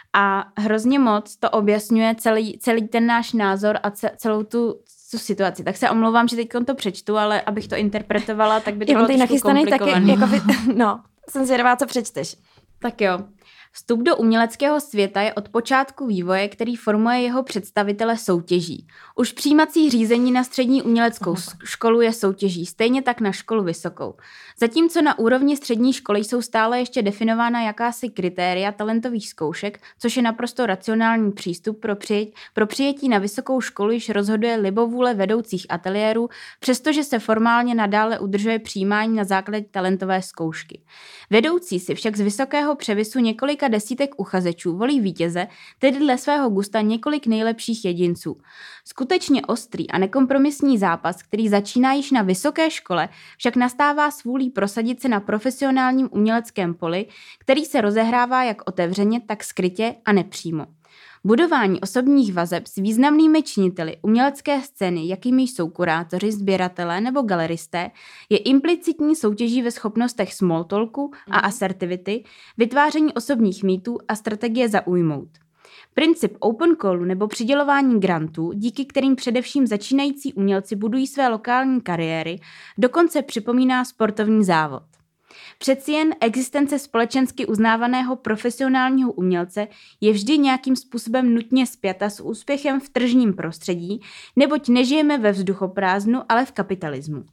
A hrozně moc to objasňuje celý, celý ten náš názor a ce, celou tu, tu situaci. Tak se omlouvám, že teď to přečtu, ale abych to interpretovala, tak by to bylo trošku komplikované. Jako vy, no, jsem zvědavá, co přečteš. Tak jo. Vstup do uměleckého světa je od počátku vývoje, který formuje jeho představitele soutěží. Už přijímací řízení na střední uměleckou školu je soutěží, stejně tak na školu vysokou. Zatímco na úrovni střední školy jsou stále ještě definována jakási kritéria talentových zkoušek, což je naprosto racionální přístup pro přijetí, pro přijetí na vysokou školu, již rozhoduje libovůle vedoucích ateliérů, přestože se formálně nadále udržuje přijímání na základě talentové zkoušky. Vedoucí si však z vysokého převisu několika desítek uchazečů volí vítěze, tedy dle svého gusta několik nejlepších jedinců. Skutečně ostrý a nekompromisní zápas, který začíná již na vysoké škole, však nastává s vůlí prosadit se na profesionálním uměleckém poli, který se rozehrává jak otevřeně, tak skrytě a nepřímo. Budování osobních vazeb s významnými činiteli umělecké scény, jakými jsou kurátoři, sběratelé nebo galeristé, je implicitní soutěží ve schopnostech small talku a asertivity, vytváření osobních mýtů a strategie zaujmout. Princip open callu nebo přidělování grantů, díky kterým především začínající umělci budují své lokální kariéry, dokonce připomíná sportovní závod. Přeci jen existence společensky uznávaného profesionálního umělce je vždy nějakým způsobem nutně spjata s úspěchem v tržním prostředí, neboť nežijeme ve vzduchoprázdnu, ale v kapitalismu.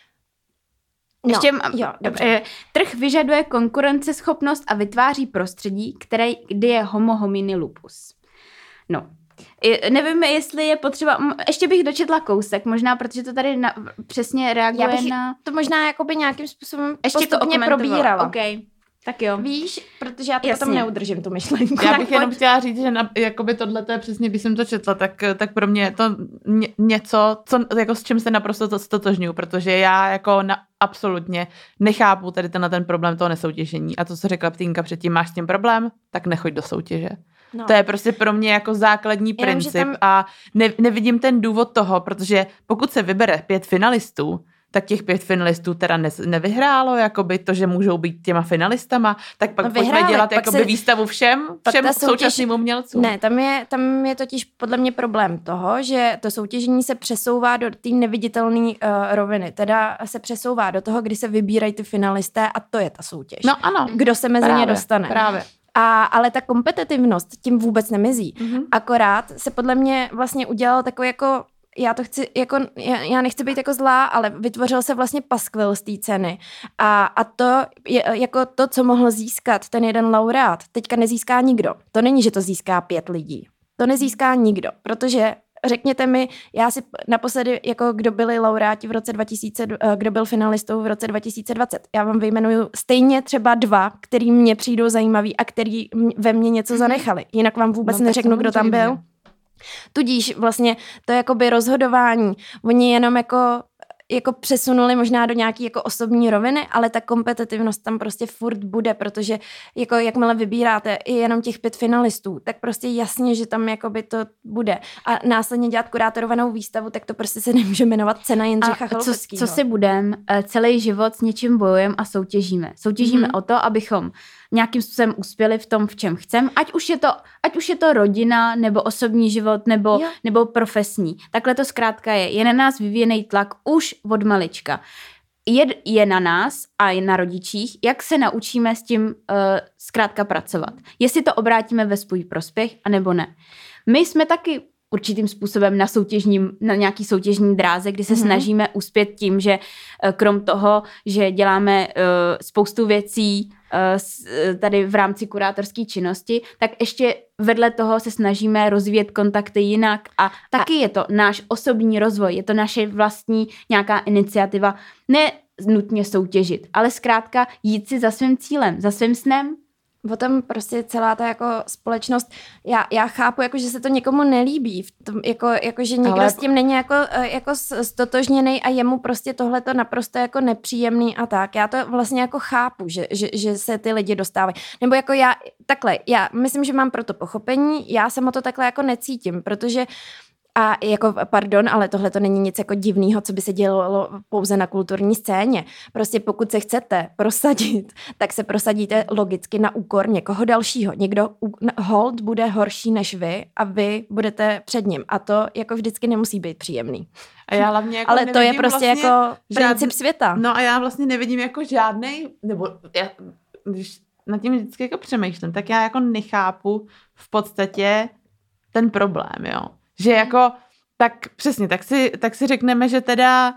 No, Ještě, jo, dobře. Trh vyžaduje konkurenceschopnost a vytváří prostředí, které, kdy je homo homini lupus. No, nevím, jestli je potřeba, ještě bych dočetla kousek, možná, protože to tady na, přesně reaguje Já bych na... to možná jakoby nějakým způsobem ještě postupně probírala. Okay. Tak jo. Víš, protože já to potom neudržím, tu myšlenku. Já bych jenom chtěla říct, že na, jakoby tohle to je přesně, když jsem to četla, tak, tak pro mě je to ně, něco, co, jako s čím se naprosto to stotožňuju, protože já jako na, absolutně nechápu tady ten, ten problém toho nesoutěžení. A to, co řekla Ptýnka předtím, máš s tím problém, tak nechoď do soutěže. No. To je prostě pro mě jako základní Jenom, princip tam... a ne, nevidím ten důvod toho, protože pokud se vybere pět finalistů, tak těch pět finalistů teda ne, nevyhrálo, jakoby to, že můžou být těma finalistama, tak pak no pojďme vyhráli, dělat pak jakoby se... výstavu všem, všem soutěž... současným umělcům. Ne, tam je, tam je totiž podle mě problém toho, že to soutěžení se přesouvá do té neviditelné uh, roviny, teda se přesouvá do toho, kdy se vybírají ty finalisté a to je ta soutěž. No ano. Kdo se mezi právě, ně dostane. Právě. A, ale ta kompetitivnost tím vůbec nemizí. Mm-hmm. Akorát se podle mě vlastně udělal takový jako, já to chci, jako, já, já nechci být jako zlá, ale vytvořil se vlastně paskvil z té ceny. A, a to je jako to, co mohl získat ten jeden laureát, teďka nezíská nikdo. To není, že to získá pět lidí. To nezíská nikdo, protože řekněte mi, já si naposledy, jako kdo byli laureáti v roce dva tisíce, kdo byl finalistou v roce dva tisíce dvacet. Já vám vyjmenuju stejně třeba dva, který mě přijdou zajímaví a který ve mně něco zanechali. Jinak vám vůbec no, neřeknu, kdo tam byl. Tudíž vlastně to jakoby rozhodování, oni jenom jako jako přesunuli možná do nějaký jako osobní roviny, ale ta kompetitivnost tam prostě furt bude, protože jako jakmile vybíráte i jenom těch pět finalistů, tak prostě jasně, že tam jakoby to bude. A následně dělat kurátorovanou výstavu, tak to prostě se nemůže jmenovat Cena Jindřicha Chaloupeckýho. Co, co si budem, celý život s něčím bojujeme a soutěžíme. Soutěžíme mm-hmm. o to, abychom nějakým způsobem uspěli v tom, v čem chcem, ať už je to, ať už je to rodina, nebo osobní život, nebo, nebo profesní. Takhle to zkrátka je. Je na nás vyvíjený tlak už od malička. Je, je na nás a je na rodičích, jak se naučíme s tím uh, zkrátka pracovat. Jestli to obrátíme ve svůj prospěch, anebo ne. My jsme taky určitým způsobem na soutěžním, na nějaký soutěžní dráze, kdy se mm-hmm. snažíme uspět tím, že uh, krom toho, že děláme uh, spoustu věcí uh, tady v rámci kurátorské činnosti, tak ještě vedle toho se snažíme rozvíjet kontakty jinak a taky je to náš osobní rozvoj, je to naše vlastní nějaká iniciativa, ne nutně soutěžit, ale zkrátka jít si za svým cílem, za svým snem. O tom prostě celá ta jako společnost, já, já chápu, jako, že se to někomu nelíbí, v tom, jako, jako, že někdo ale... s tím není jako, jako stotožněnej a jemu prostě tohleto naprosto jako nepříjemný a tak. Já to vlastně jako chápu, že, že, že se ty lidi dostávají. Nebo jako já, takhle, já myslím, že mám pro to pochopení, já se o to takhle jako necítím, protože a jako, pardon, ale tohle to není nic jako divného, co by se dělalo pouze na kulturní scéně. Prostě pokud se chcete prosadit, tak se prosadíte logicky na úkor někoho dalšího. Někdo hold bude horší než vy a vy budete před ním. A to jako vždycky nemusí být příjemný. A já hlavně jako ale to je prostě vlastně jako princip žádný, světa. No a já vlastně nevidím jako žádnej, nebo já, když nad tím vždycky jako přemýšlím, tak já jako nechápu v podstatě ten problém, jo. Že jako, tak přesně, tak si, tak si řekneme, že teda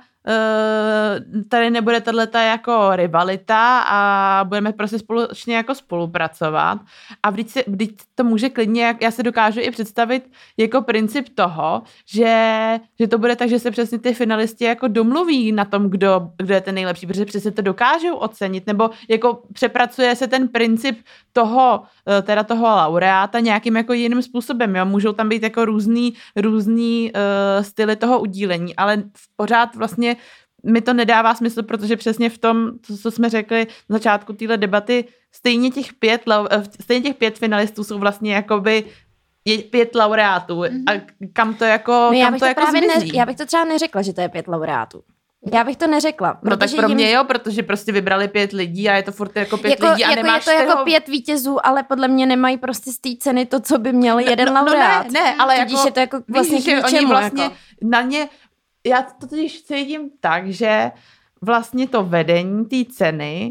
uh, tady nebude tato jako rivalita a budeme prostě společně jako spolupracovat a vždyť, si, vždyť to může klidně, já se dokážu i představit jako princip toho, že, že to bude tak, že se přesně ty finalisti jako domluví na tom, kdo, kdo je ten nejlepší, protože přesně to dokážou ocenit, nebo jako přepracuje se ten princip toho, teda toho laureáta nějakým jako jiným způsobem, jo? Můžou tam být jako různý, různý uh, styly toho udílení, ale pořád vlastně mi to nedává smysl, protože přesně v tom, co, co jsme řekli na začátku téhle debaty, stejně těch pět, stejně těch pět finalistů jsou vlastně jakoby je pět laureátů. Mm-hmm. A kam to jako, no kam to, to jako zmizí? Ne, já bych to třeba neřekla, že to je pět laureátů. Já bych to neřekla. No tak pro jim... mě jo, protože prostě vybrali pět lidí a je to furt jako pět jako, lidí a jako nemáš je to toho... jako pět vítězů, ale podle mě nemají prostě z té ceny to, co by měl jeden no, laureát. No ne, ne, ale tudíž jako, je to jako vlastně víš, k ničemu. Vlastně jako. na ně, já to totiž cítím tak, že vlastně to vedení té ceny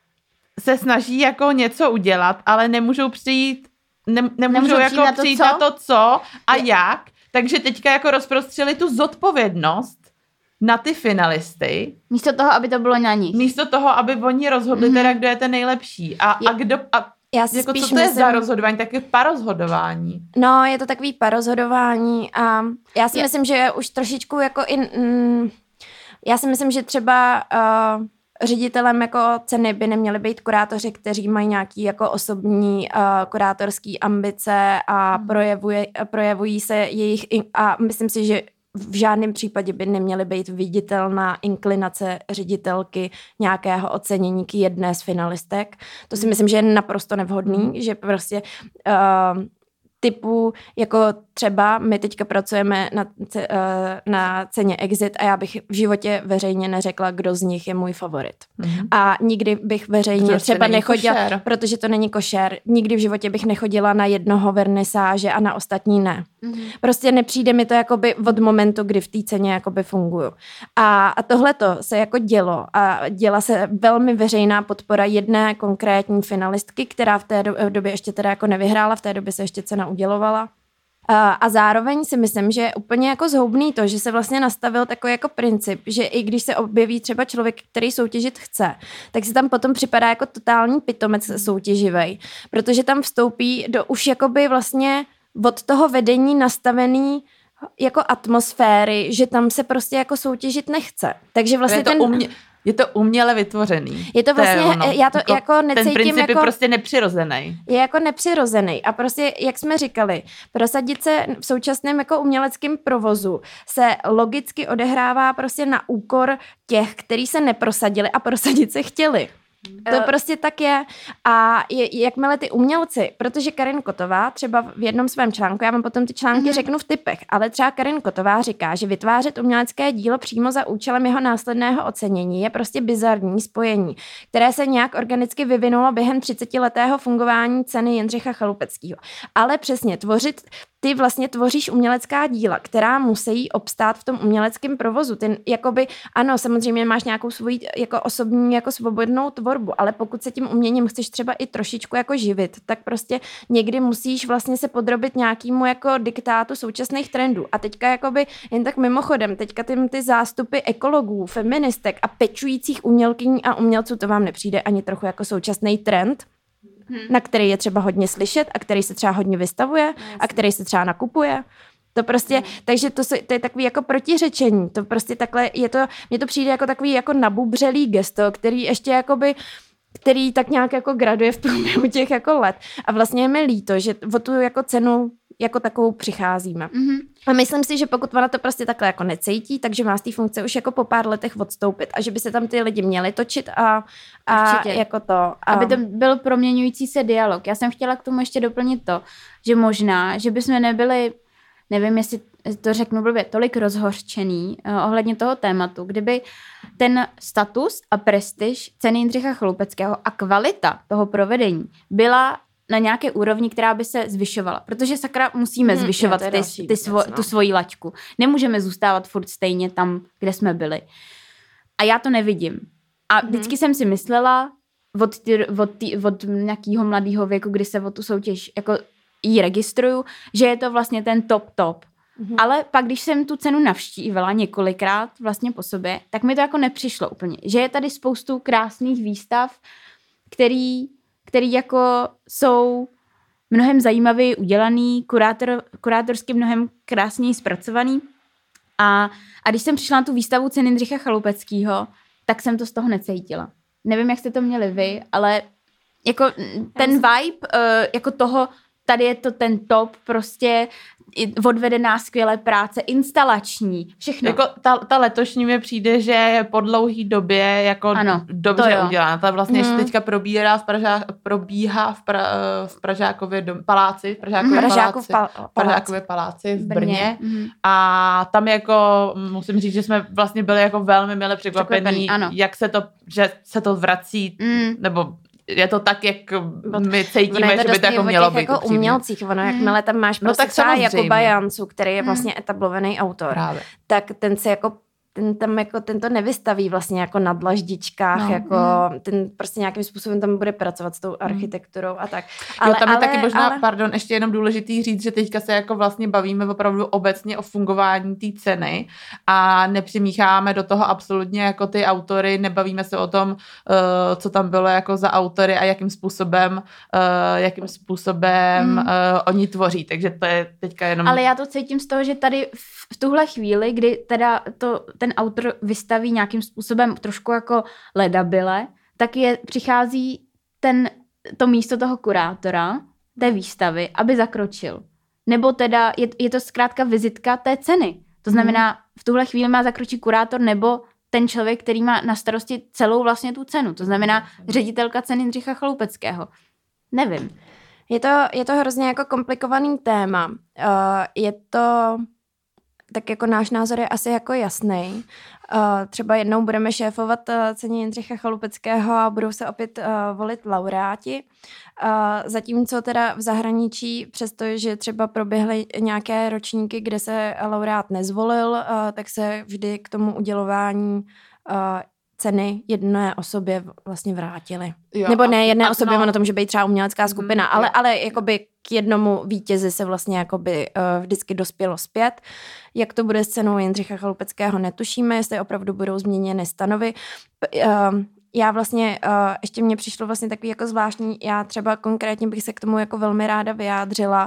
se snaží jako něco udělat, ale nemůžou přijít ne, nemůžou, nemůžou jako přijít, na to, přijít na to, co a je. jak. Takže teďka jako rozprostřeli tu zodpovědnost na ty finalisty. Místo toho, aby to bylo na nich. Místo toho, aby oni rozhodli mm-hmm. teda, kdo je ten nejlepší. A, a kdo... A, Já si jako, spíš co to je myslím... za rozhodování? Tak je parozhodování. No, je to takový parozhodování a já si je. myslím, že už trošičku jako i... Mm, já si myslím, že třeba uh, ředitelem jako ceny by neměli být kurátoři, kteří mají nějaký jako osobní uh, kurátorský ambice a mm. projevuje, projevují se jejich... A myslím si, že v žádném případě by neměly být viditelná inklinace ředitelky nějakého ocenění k jedné z finalistek. To si myslím, že je naprosto nevhodný, že prostě uh, typu, jako třeba my teďka pracujeme na, uh, na ceně Exit a já bych v životě veřejně neřekla, kdo z nich je můj favorit. Mm-hmm. A nikdy bych veřejně protože třeba nechodila, košer. protože to není košer, nikdy v životě bych nechodila na jednoho vernisáže a na ostatní ne. Mm-hmm. Prostě nepřijde mi to jakoby od momentu, kdy v té ceně jakoby funguju. A, a tohleto se jako dělo a děla se velmi veřejná podpora jedné konkrétní finalistky, která v té době ještě teda jako nevyhrála, v té době se ještě cena udělovala. A zároveň si myslím, že je úplně jako zhoubný to, že se vlastně nastavil takový jako princip, že i když se objeví třeba člověk, který soutěžit chce, tak si tam potom připadá jako totální pitomec soutěživej, protože tam vstoupí do už jakoby vlastně od toho vedení nastavený jako atmosféry, že tam se prostě jako soutěžit nechce. Takže vlastně je to ten... Umě... Je to uměle vytvořený. Je to vlastně, to je já to jako, jako necítím ten princip jako... je prostě nepřirozený. Je jako nepřirozený a prostě, jak jsme říkali, prosadit se v současném jako uměleckém provozu se logicky odehrává prostě na úkor těch, kteří se neprosadili a prosadit se chtěli. To uh, prostě tak je. A je, jakmile ty umělci, protože Karin Kotová třeba v jednom svém článku, já vám potom ty články uh-huh. řeknu v tipech, ale třeba Karin Kotová říká, že vytvářet umělecké dílo přímo za účelem jeho následného ocenění je prostě bizarní spojení, které se nějak organicky vyvinulo během třicetiletého fungování ceny Jindřicha Chalupeckého. Ale přesně tvořit ty vlastně tvoříš umělecká díla, která musí obstát v tom uměleckém provozu. Ty jakoby, ano, samozřejmě máš nějakou svoji jako osobní, jako svobodnou tvorbu, ale pokud se tím uměním chceš třeba i trošičku jako živit, tak prostě někdy musíš vlastně se podrobit nějakému jako diktátu současných trendů. A teďka jakoby, jen tak mimochodem, teďka ty, ty zástupy ekologů, feministek a pečujících umělkyní a umělců, to vám nepřijde ani trochu jako současný trend? Hmm. Na který je třeba hodně slyšet a který se třeba hodně vystavuje no, a který se třeba nakupuje. To prostě, hmm. takže to, to je takový jako protiřečení. To prostě takhle, je to, mně to přijde jako takový jako nabubřelý gesto, který ještě jakoby, který tak nějak jako graduje v průběhu těch jako let. A vlastně je mi líto, že o tu jako cenu jako takovou přicházíme. Mm-hmm. A myslím si, že pokud ona to prostě takhle jako necítí, takže má z té funkce už jako po pár letech odstoupit a že by se tam ty lidi měli točit a, a jako to. A... Aby to byl proměňující se dialog. Já jsem chtěla k tomu ještě doplnit to, že možná, že bychom nebyli, nevím, jestli to řeknu blbě, tolik rozhořčený uh, ohledně toho tématu, kdyby ten status a prestiž ceny Jindřicha Chalupeckého a kvalita toho provedení byla na nějaké úrovni, která by se zvyšovala. Protože sakra musíme hmm, zvyšovat ty, ty ty svo, tu svoji laťku. Nemůžeme zůstávat furt stejně tam, kde jsme byli. A já to nevidím. A hmm. vždycky jsem si myslela od, ty, od, ty, od nějakého mladého věku, kdy se o tu soutěž jako jí registruju, že je to vlastně ten top top. Hmm. Ale pak, když jsem tu cenu navštívila několikrát vlastně po sobě, tak mi to jako nepřišlo úplně. Že je tady spoustu krásných výstav, který který jako jsou mnohem zajímavě udělaný, kurátor, kurátorsky mnohem krásněji zpracovaný. A, a když jsem přišla na tu výstavu ceny Jindřicha Chalupeckého, tak jsem to z toho necítila. Nevím, jak jste to měli vy, ale jako ten vibe uh, jako toho, tady je to ten top, prostě odvedená skvělé práce, instalační, všechno. Jako ta, ta letošní mi přijde, že je po dlouhý době jako ano, dobře udělána. Ta vlastně hmm. teďka probírá v Pražá, probíhá v, pra, v Pražákově dom, paláci, v Pražákově hmm. paláci, pal, Pražákově paláci v Brně. Brně. Hmm. A tam jako, musím říct, že jsme vlastně byli jako velmi milé překvapení, jak se to, že se to vrací, hmm. nebo je to tak, jak my cítíme, že by to jako mělo být. Jako umělcích, ono, jakmile tam máš prostě no, třeba Jakuba Jancu, který je vlastně etablovaný autor, Právě. tak ten se jako ten tam jako, ten to nevystaví vlastně jako na dlaždičkách, no. jako mm. ten prostě nějakým způsobem tam bude pracovat s tou architekturou a tak. Ale, jo, tam je ale, taky možná, ale... pardon, ještě jenom důležitý říct, že teďka se jako vlastně bavíme opravdu obecně o fungování té ceny a nepřimícháme do toho absolutně jako ty autory, nebavíme se o tom, uh, co tam bylo jako za autory a jakým způsobem, uh, jakým způsobem mm. uh, oni tvoří, takže to je teďka jenom... Ale já to cítím z toho, že tady v tuhle chvíli, kdy teda to ten autor vystaví nějakým způsobem trošku jako ledabile, tak je, přichází ten, to místo toho kurátora, té výstavy, aby zakročil. Nebo teda je, je to zkrátka vizitka té ceny. To znamená, v tuhle chvíli má zakročit kurátor nebo ten člověk, který má na starosti celou vlastně tu cenu. To znamená ředitelka ceny Jindřicha Chalupeckého. Nevím. Je to, je to hrozně jako komplikovaný téma. Uh, je to... tak jako náš názor je asi jako jasný. Uh, třeba jednou budeme šéfovat uh, ceně Jindřicha Chalupeckého a budou se opět uh, volit laureáti. Uh, zatímco teda v zahraničí, přestože třeba proběhly nějaké ročníky, kde se laureát nezvolil, uh, tak se vždy k tomu udělování uh, ceny jedné osobě vlastně vrátily. Jo, Nebo ne jedné a, osobě, no. ono to může být třeba umělecká skupina, mm, ale, ale jakoby k jednomu vítězi se vlastně jakoby uh, vždycky dospělo zpět. Jak to bude s cenou Jindřicha Chalupeckého, netušíme, jestli opravdu budou změněny stanovy. Uh, já vlastně, uh, ještě mně přišlo vlastně takový jako zvláštní, já třeba konkrétně bych se k tomu jako velmi ráda vyjádřila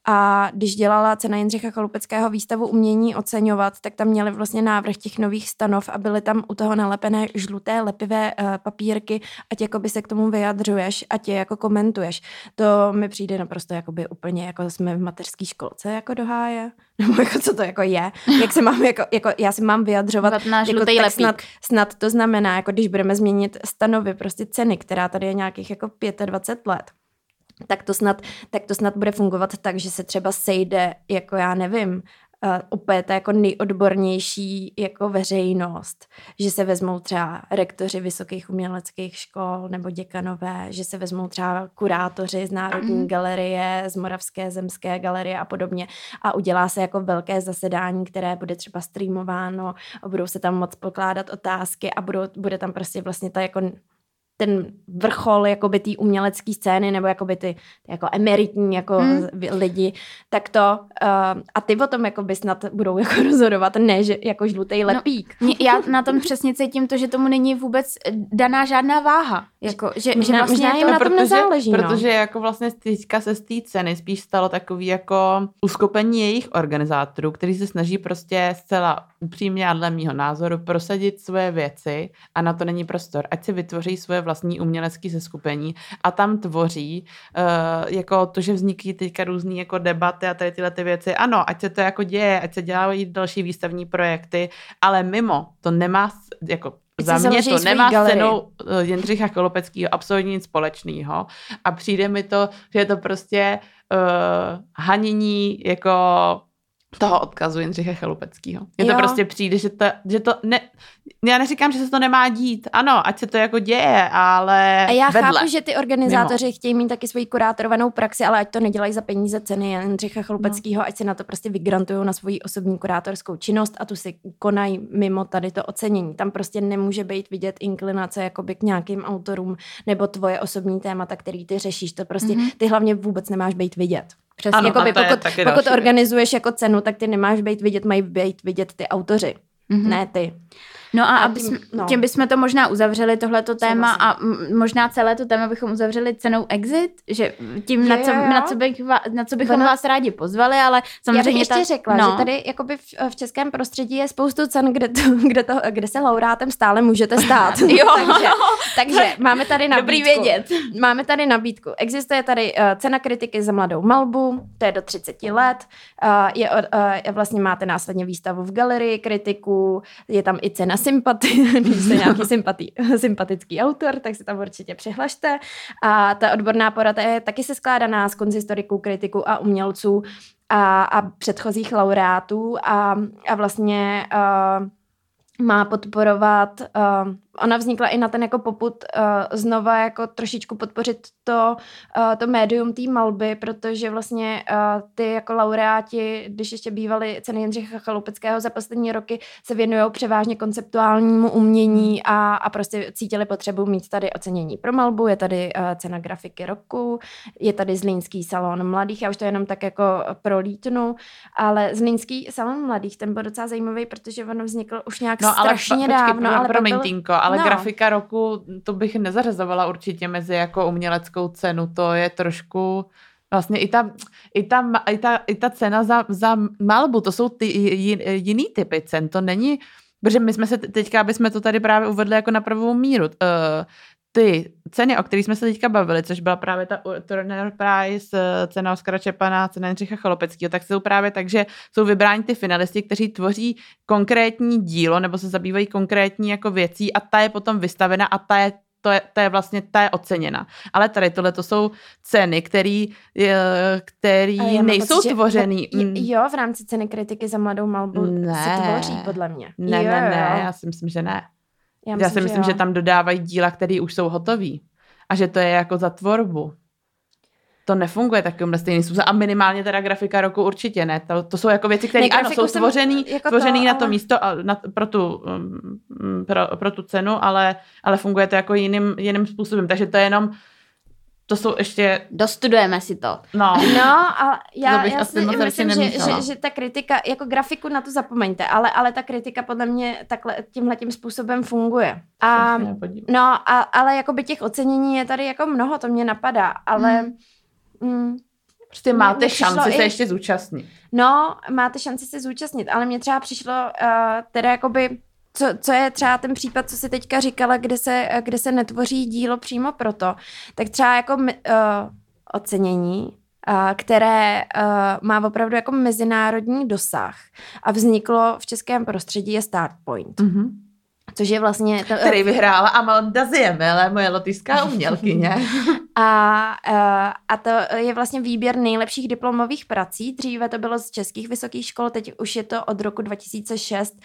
a když dělala Cena Jindřicha Chalupeckého výstavu umění oceňovat, tak tam měli vlastně návrh těch nových stanov a byly tam u toho nalepené žluté lepivé uh, papírky, ať jakoby se k tomu vyjadřuješ, ať je jako komentuješ. To mi přijde naprosto jakoby úplně jako jsme v mateřské školce jako do háje, nebo jako co to jako je, jak se mám jako, jako já si mám vyjadřovat, jako tak snad, snad to znamená, jako když budeme změnit stanovy, prostě ceny, která tady je nějakých jako dvacet pět let, tak to snad, tak to snad bude fungovat tak, že se třeba sejde, jako já nevím, Uh, opět jako nejodbornější jako veřejnost, že se vezmou třeba rektoři vysokých uměleckých škol nebo děkanové, že se vezmou třeba kurátoři z Národní mm. galerie, z Moravské zemské galerie a podobně a udělá se jako velké zasedání, které bude třeba streamováno a budou se tam moc pokládat otázky a budou, bude tam prostě vlastně ta jako ten vrchol jakoby té umělecké scény nebo jakoby ty, ty jako emeritní jako hmm. lidi, tak to uh, a ty o tom jakoby snad budou jako rozhodovat, ne že jako žlutej lepík. No, já na tom přesně cítím to, že tomu není vůbec daná žádná váha. Jako, že, možná, že vlastně možná to na tom protože, nezáleží. No. Protože jako vlastně teďka se z té ceny spíš stalo takový jako uskupení jejich organizátorů, kteří se snaží prostě zcela upřímně a dle mýho názoru prosadit svoje věci a na to není prostor. Ať si vytvoří svoje vlastní umělecké seskupení a tam tvoří uh, jako to, že vznikají teďka různý jako debaty a tady tyhle ty věci. Ano, ať se to jako děje, ať se dělají další výstavní projekty, ale mimo to nemá jako za mě to nemá s cenou Jindřicha Chalupeckého absolutně nic společného a přijde mi to, že je to prostě uh, hanění jako toho odkazu Jindřicha Chalupeckého. Je to jo. prostě přijde, že to, že to ne, já neříkám, že se to nemá dít. Ano, ať se to jako děje, ale a já vedle. chápu, že ty organizátoři mimo. Chtějí mít taky svoji kurátorovanou praxi, ale ať to nedělají za peníze ceny Jindřicha Chalupeckého, no. ať se na to prostě vygrantují na svoji osobní kurátorskou činnost a tu si konají mimo tady to ocenění. Tam prostě nemůže být vidět inklinace jakoby k nějakým autorům nebo tvoje osobní témata, který ty řešíš. To prostě mm-hmm. ty hlavně vůbec nemáš být vidět. Přesně, ano, jakoby, pokud, pokud organizuješ jako cenu, tak ty nemáš být vidět, mají být vidět ty autoři, mm-hmm. ne ty. No a, a aby tím, no. tím bychom to možná uzavřeli, tohleto téma a m- možná celé to téma bychom uzavřeli cenou Exit, že tím, je, na, co, na, co bych, na co bychom ono, vás rádi pozvali, ale samozřejmě... Já bych ještě ta, řekla, no. že tady jakoby v, v českém prostředí je spoustu cen, kde, to, kde, to, kde se laureátem stále můžete stát. jo. takže, takže máme tady nabídku. Dobrý vědět. Máme tady nabídku. Existuje tady uh, cena kritiky za mladou malbu, to je do třicet let. Uh, je, uh, vlastně máte následně výstavu v galerii kritiků, je tam i cena sympatie, když jste nějaký sympati, sympatický autor, tak se tam určitě přihlašte. A ta odborná porada je taky se skládaná z konzistoriků, kritiků a umělců a, a předchozích laureátů a, a vlastně uh, má podporovat, uh, ona vznikla i na ten jako popud uh, znova jako trošičku podpořit to, uh, to médium té malby, protože vlastně uh, ty jako laureáti, když ještě bývali ceny Jindřicha Chalupeckého za poslední roky, se věnují převážně konceptuálnímu umění a, a prostě cítili potřebu mít tady ocenění pro malbu, je tady uh, cena grafiky roku, je tady Zlínský salon mladých, já už to jenom tak jako prolítnu, ale Zlínský salon mladých, ten byl docela zajímavý, protože on vznikl už nějak no, strašně ale, dávno. Počkej, ale promiň, byl... Týnko, ale no. grafika roku, to bych nezařazovala určitě mezi jako uměleckou cenu, to je trošku vlastně i ta, i ta, i ta, i ta cena za, za malbu, to jsou ty jiný typy cen, to není, protože my jsme se teďka, aby jsme to tady právě uvedli jako na pravou míru, uh, ty ceny, o kterých jsme se teďka bavili, což byla právě ta Turner Prize, cena Oskara Čepana, cena Jindřicha Chalupeckého, tak jsou právě tak, že jsou vybráni ty finalisti, kteří tvoří konkrétní dílo nebo se zabývají konkrétní jako věcí a ta je potom vystavena a ta je To je, to je vlastně, ta je oceněna. Ale tady tohle to jsou ceny, který, který nejsou pocit, tvořený. Že, jo, v rámci ceny kritiky za mladou malbu ne. se tvoří, podle mě. Ne, jo, ne, ne, jo. já si myslím, že ne. Já, myslím, já si myslím, že, že tam dodávají díla, které už jsou hotový. A že to je jako za tvorbu. To nefunguje takovýmhle stejným způsobem. A minimálně teda grafika roku určitě ne. To, to jsou jako věci, které ano, jsou tvořený, jako tvořený to, na to ale... místo a na, pro, tu, pro, pro tu cenu, ale, ale funguje to jako jiným, jiným způsobem. Takže to je jenom to jsou ještě... Dostudujeme si to. No, no a já, já si myslím, že, že, že ta kritika, jako grafiku na to zapomeňte, ale, ale ta kritika podle mě takhle tímhletím způsobem funguje. A, no, a, ale jakoby těch ocenění je tady jako mnoho, to mě napadá, ale... Mm. Mm, prostě máte šanci se i... ještě zúčastnit. No, máte šanci se zúčastnit, ale mně třeba přišlo uh, teda jakoby... Co, co je třeba ten případ, co si teďka říkala, kde se, kde se netvoří dílo přímo proto, tak třeba jako uh, ocenění, uh, které uh, má opravdu jako mezinárodní dosah a vzniklo v českém prostředí je Start Point. Mm-hmm. Což je vlastně... To, který vyhrála Amanda Ziemele, moje lotyšská umělkyně. a, a to je vlastně výběr nejlepších diplomových prací. Dříve to bylo z českých vysokých škol, teď už je to od roku dva tisíce šest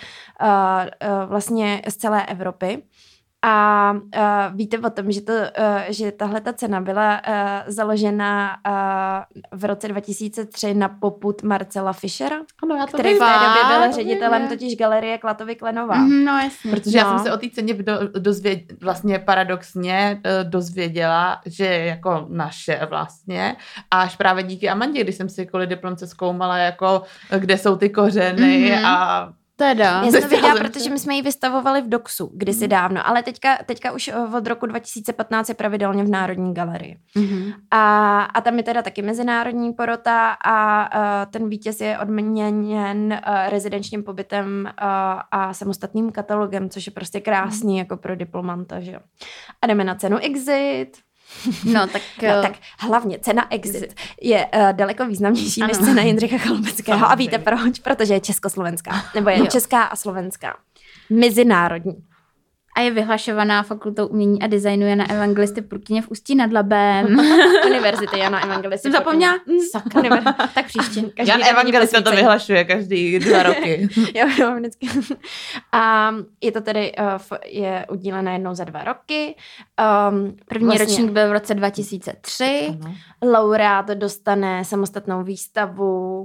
vlastně z celé Evropy. A uh, víte o tom, že, to, uh, že tahle ta cena byla uh, založena uh, v roce dva tisíce tři na popud Marcela Fischera, ano, já to který v té době byl ředitelem totiž galerie Klatovy Klenová. Mm, no jasně. Protože no. já jsem se o té ceně do, dozvěd, vlastně paradoxně dozvěděla, že je jako naše vlastně, až právě díky Amandě, když jsem si kvůli diplomce zkoumala, jako kde jsou ty kořeny mm-hmm. a Teda. Já jsem to viděla, protože my jsme ji vystavovali v Doxu kdysi mm. dávno, ale teďka, teďka už od roku dva tisíce patnáct je pravidelně v Národní galerii. Mm. A, a tam je teda taky mezinárodní porota a uh, ten vítěz je odměněn uh, rezidenčním pobytem uh, a samostatným katalogem, což je prostě krásný mm. jako pro diplomanta, že jo. A jdeme na cenu Exit. No tak, no, tak hlavně cena Exit je uh, daleko významnější ano. než cena Jindřicha Chaloupekského. Samozřejmě. A víte proč? Protože je československá. Nebo je jo. česká a slovenská. Mezinárodní. A je vyhlašovaná Fakultou umění a designu Jana Evangelisty Purkyně v Ústí nad Labem. Univerzity Jana Evangelisty Jsem zapomněla? Sakra. Tak příště. Jan Evangelista to vyhlašuje každý dva roky. jo, jo, vždycky. A je to tedy uh, je udílené jednou za dva roky. Um, První vlastně... ročník byl v roce dva tisíce tři. Ano. Laureát dostane samostatnou výstavu uh,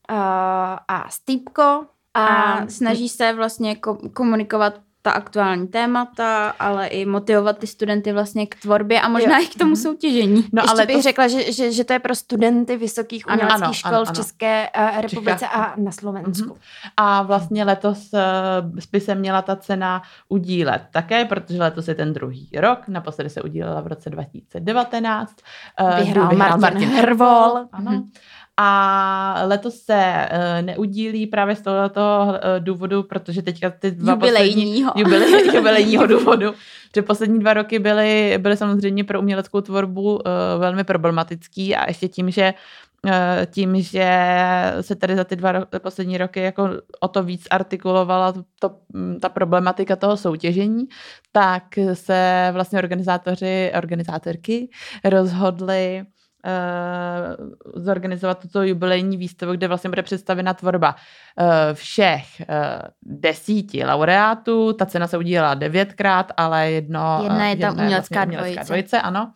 a stýpko. A, a snaží se vlastně komunikovat ta aktuální témata, ale i motivovat ty studenty vlastně k tvorbě a možná jo. i k tomu soutěžení. No, ale bych to... řekla, že, že, že to je pro studenty vysokých uměleckých ano, ano, škol ano, ano. v České uh, republice Čechách. A na Slovensku. Mm-hmm. A vlastně letos uh, by se měla ta cena udílet také, protože letos je ten druhý rok. Naposledy se udílela v roce dva tisíce devatenáct. Uh, vyhrál, vyhrál Martin, Martin Hrvol. Ano. Mm-hmm. A letos se uh, neudílí právě z tohoto uh, důvodu, protože teďka ty dva jubilejního. poslední jubilej, jubilejního důvodu, že poslední dva roky byly, byly samozřejmě pro uměleckou tvorbu uh, velmi problematický a ještě tím, že uh, tím, že se tady za ty dva ro- poslední roky jako o to víc artikulovala to, ta problematika toho soutěžení, tak se vlastně organizátoři, organizátorky rozhodli Uh, zorganizovat tuto jubilejní výstavu, kde vlastně bude představena tvorba uh, všech uh, desíti laureátů. Ta cena se udílela devětkrát, ale jedno... Jedna je tam jedna umělecká, vlastně umělecká dvojice. dvojice. Ano.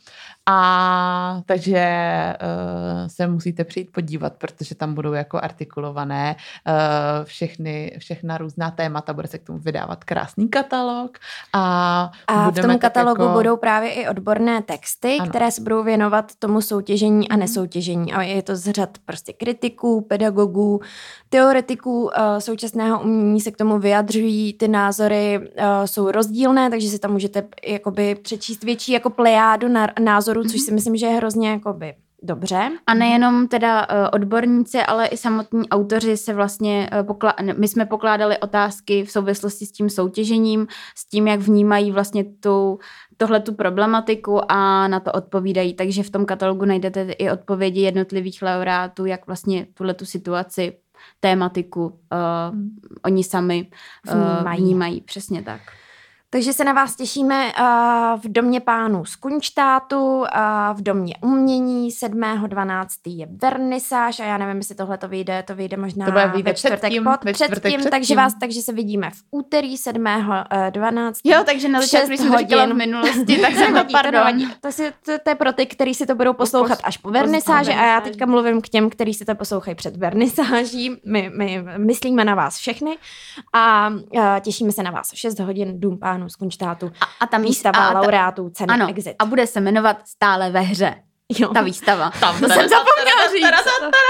A takže uh, se musíte přijít podívat, protože tam budou jako artikulované uh, všechny, všechna různá témata, bude se k tomu vydávat krásný katalog. A, a v tom katalogu jako... budou právě i odborné texty, ano. které se budou věnovat tomu soutěžení a nesoutěžení. A je to z řad prostě kritiků, pedagogů, teoretiků uh, současného umění se k tomu vyjadřují, ty názory uh, jsou rozdílné, takže si tam můžete jakoby přečíst větší jako plejádu na, názorů, což si myslím, že je hrozně jakoby dobře. A nejenom teda uh, odborníci, ale i samotní autoři se vlastně, uh, pokla- my jsme pokládali otázky v souvislosti s tím soutěžením, s tím, jak vnímají vlastně tu, tohletu problematiku a na to odpovídají. Takže v tom katalogu najdete i odpovědi jednotlivých laureátů, jak vlastně tuhletu situaci, tématiku uh, hmm. oni sami uh, vnímají. vnímají. Přesně tak. Takže se na vás těšíme uh, v Domě pánů z Kunštátu, uh, v Domě umění, sedmého dvanáctého je vernisáž a já nevím, jestli tohle to vyjde, to vyjde možná to vyjde ve čtvrtek tím, pod ve čtvrtek předtím, před takže tím. vás, takže se vidíme v úterý sedmého dvanáctého Jo, takže na začátku, když jsem to říkala v minulosti, tak jsem to, pardon. To, si, to, to je pro ty, kteří si to budou poslouchat až po vernisáži a já teďka mluvím k těm, kteří si to poslouchají před vernisáží. My, my myslíme na vás všechny a uh, těšíme se na vás. šest hodin Dům pánů z Kunštátu. A, a tam výstava laureátů ceny ano, Exit. A bude se jmenovat Stále ve hře. Jo. Ta výstava. Tam to jsem zapomněla říct.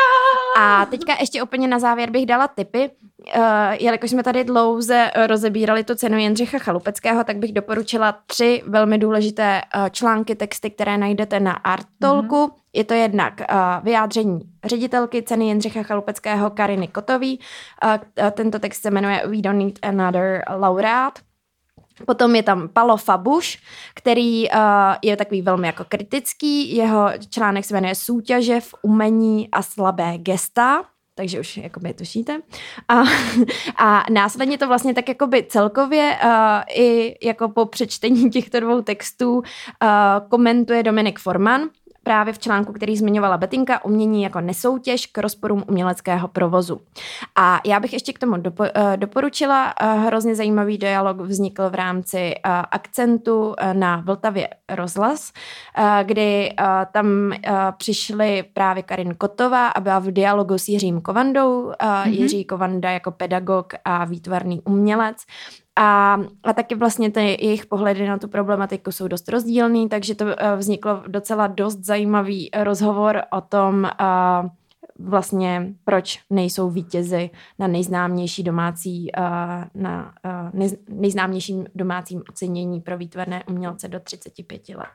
A teďka ještě úplně na závěr bych dala tipy. Uh, jelikož jsme tady dlouze rozebírali tu cenu Jindřicha Chalupeckého, tak bych doporučila tři velmi důležité uh, články, texty, které najdete na Artolku. Mm-hmm. Je to jednak uh, vyjádření ředitelky ceny Jindřicha Chalupeckého Kariny Kotový. Uh, tento text se jmenuje We Don't Need Another Laureate. Potom je tam Palo Fabuš, který uh, je takový velmi jako kritický. Jeho článek se jmenuje Súťaže v umení a slabé gesta. Takže už jakoby tušíte. A, a následně to vlastně tak jakoby celkově uh, i jako po přečtení těchto dvou textů uh, komentuje Dominik Forman, právě v článku, který zmiňovala Betinka, umění jako nesoutěž k rozporům uměleckého provozu. A já bych ještě k tomu dopo, doporučila, hrozně zajímavý dialog vznikl v rámci Akcentu na Vltavě rozhlas, kdy tam přišli právě Karin Kotová a byla v dialogu s Jiřím Kovandou, mm-hmm. Jiří Kovanda jako pedagog a výtvarný umělec. A, a taky vlastně ty jejich pohledy na tu problematiku jsou dost rozdílný, takže to vzniklo docela dost zajímavý rozhovor o tom, uh, vlastně proč nejsou vítězi na nejznámější domácí, uh, na uh, nej, nejznámějším domácím ocenění pro výtvarné umělce do třiceti pěti let.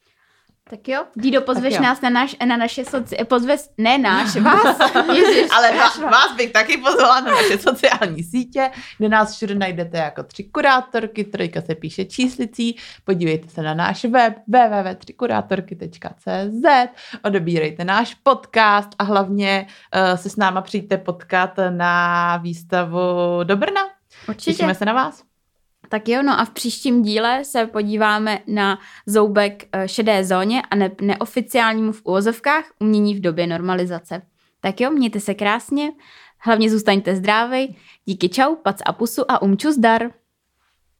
Tak jo, Dido, pozveš jo. nás na, naš, na naše soci... Pozveš, ne náš, vás. Ježiš, ale vás, vás bych taky pozvala na naše sociální sítě, kde nás všude najdete jako tři kurátorky, trojka se píše číslicí, podívejte se na náš web w w w tečka tři kurátorky tečka c z, odebírejte náš podcast a hlavně uh, se s náma přijďte potkat na výstavu do Brna. Určitě. Těšíme se na vás. Tak jo, no a v příštím díle se podíváme na zoubek šedé zóně a ne- neoficiálnímu v úvozovkách umění v době normalizace. Tak jo, mějte se krásně, hlavně zůstaňte zdraví, díky čau, pac a pusu a umču zdar.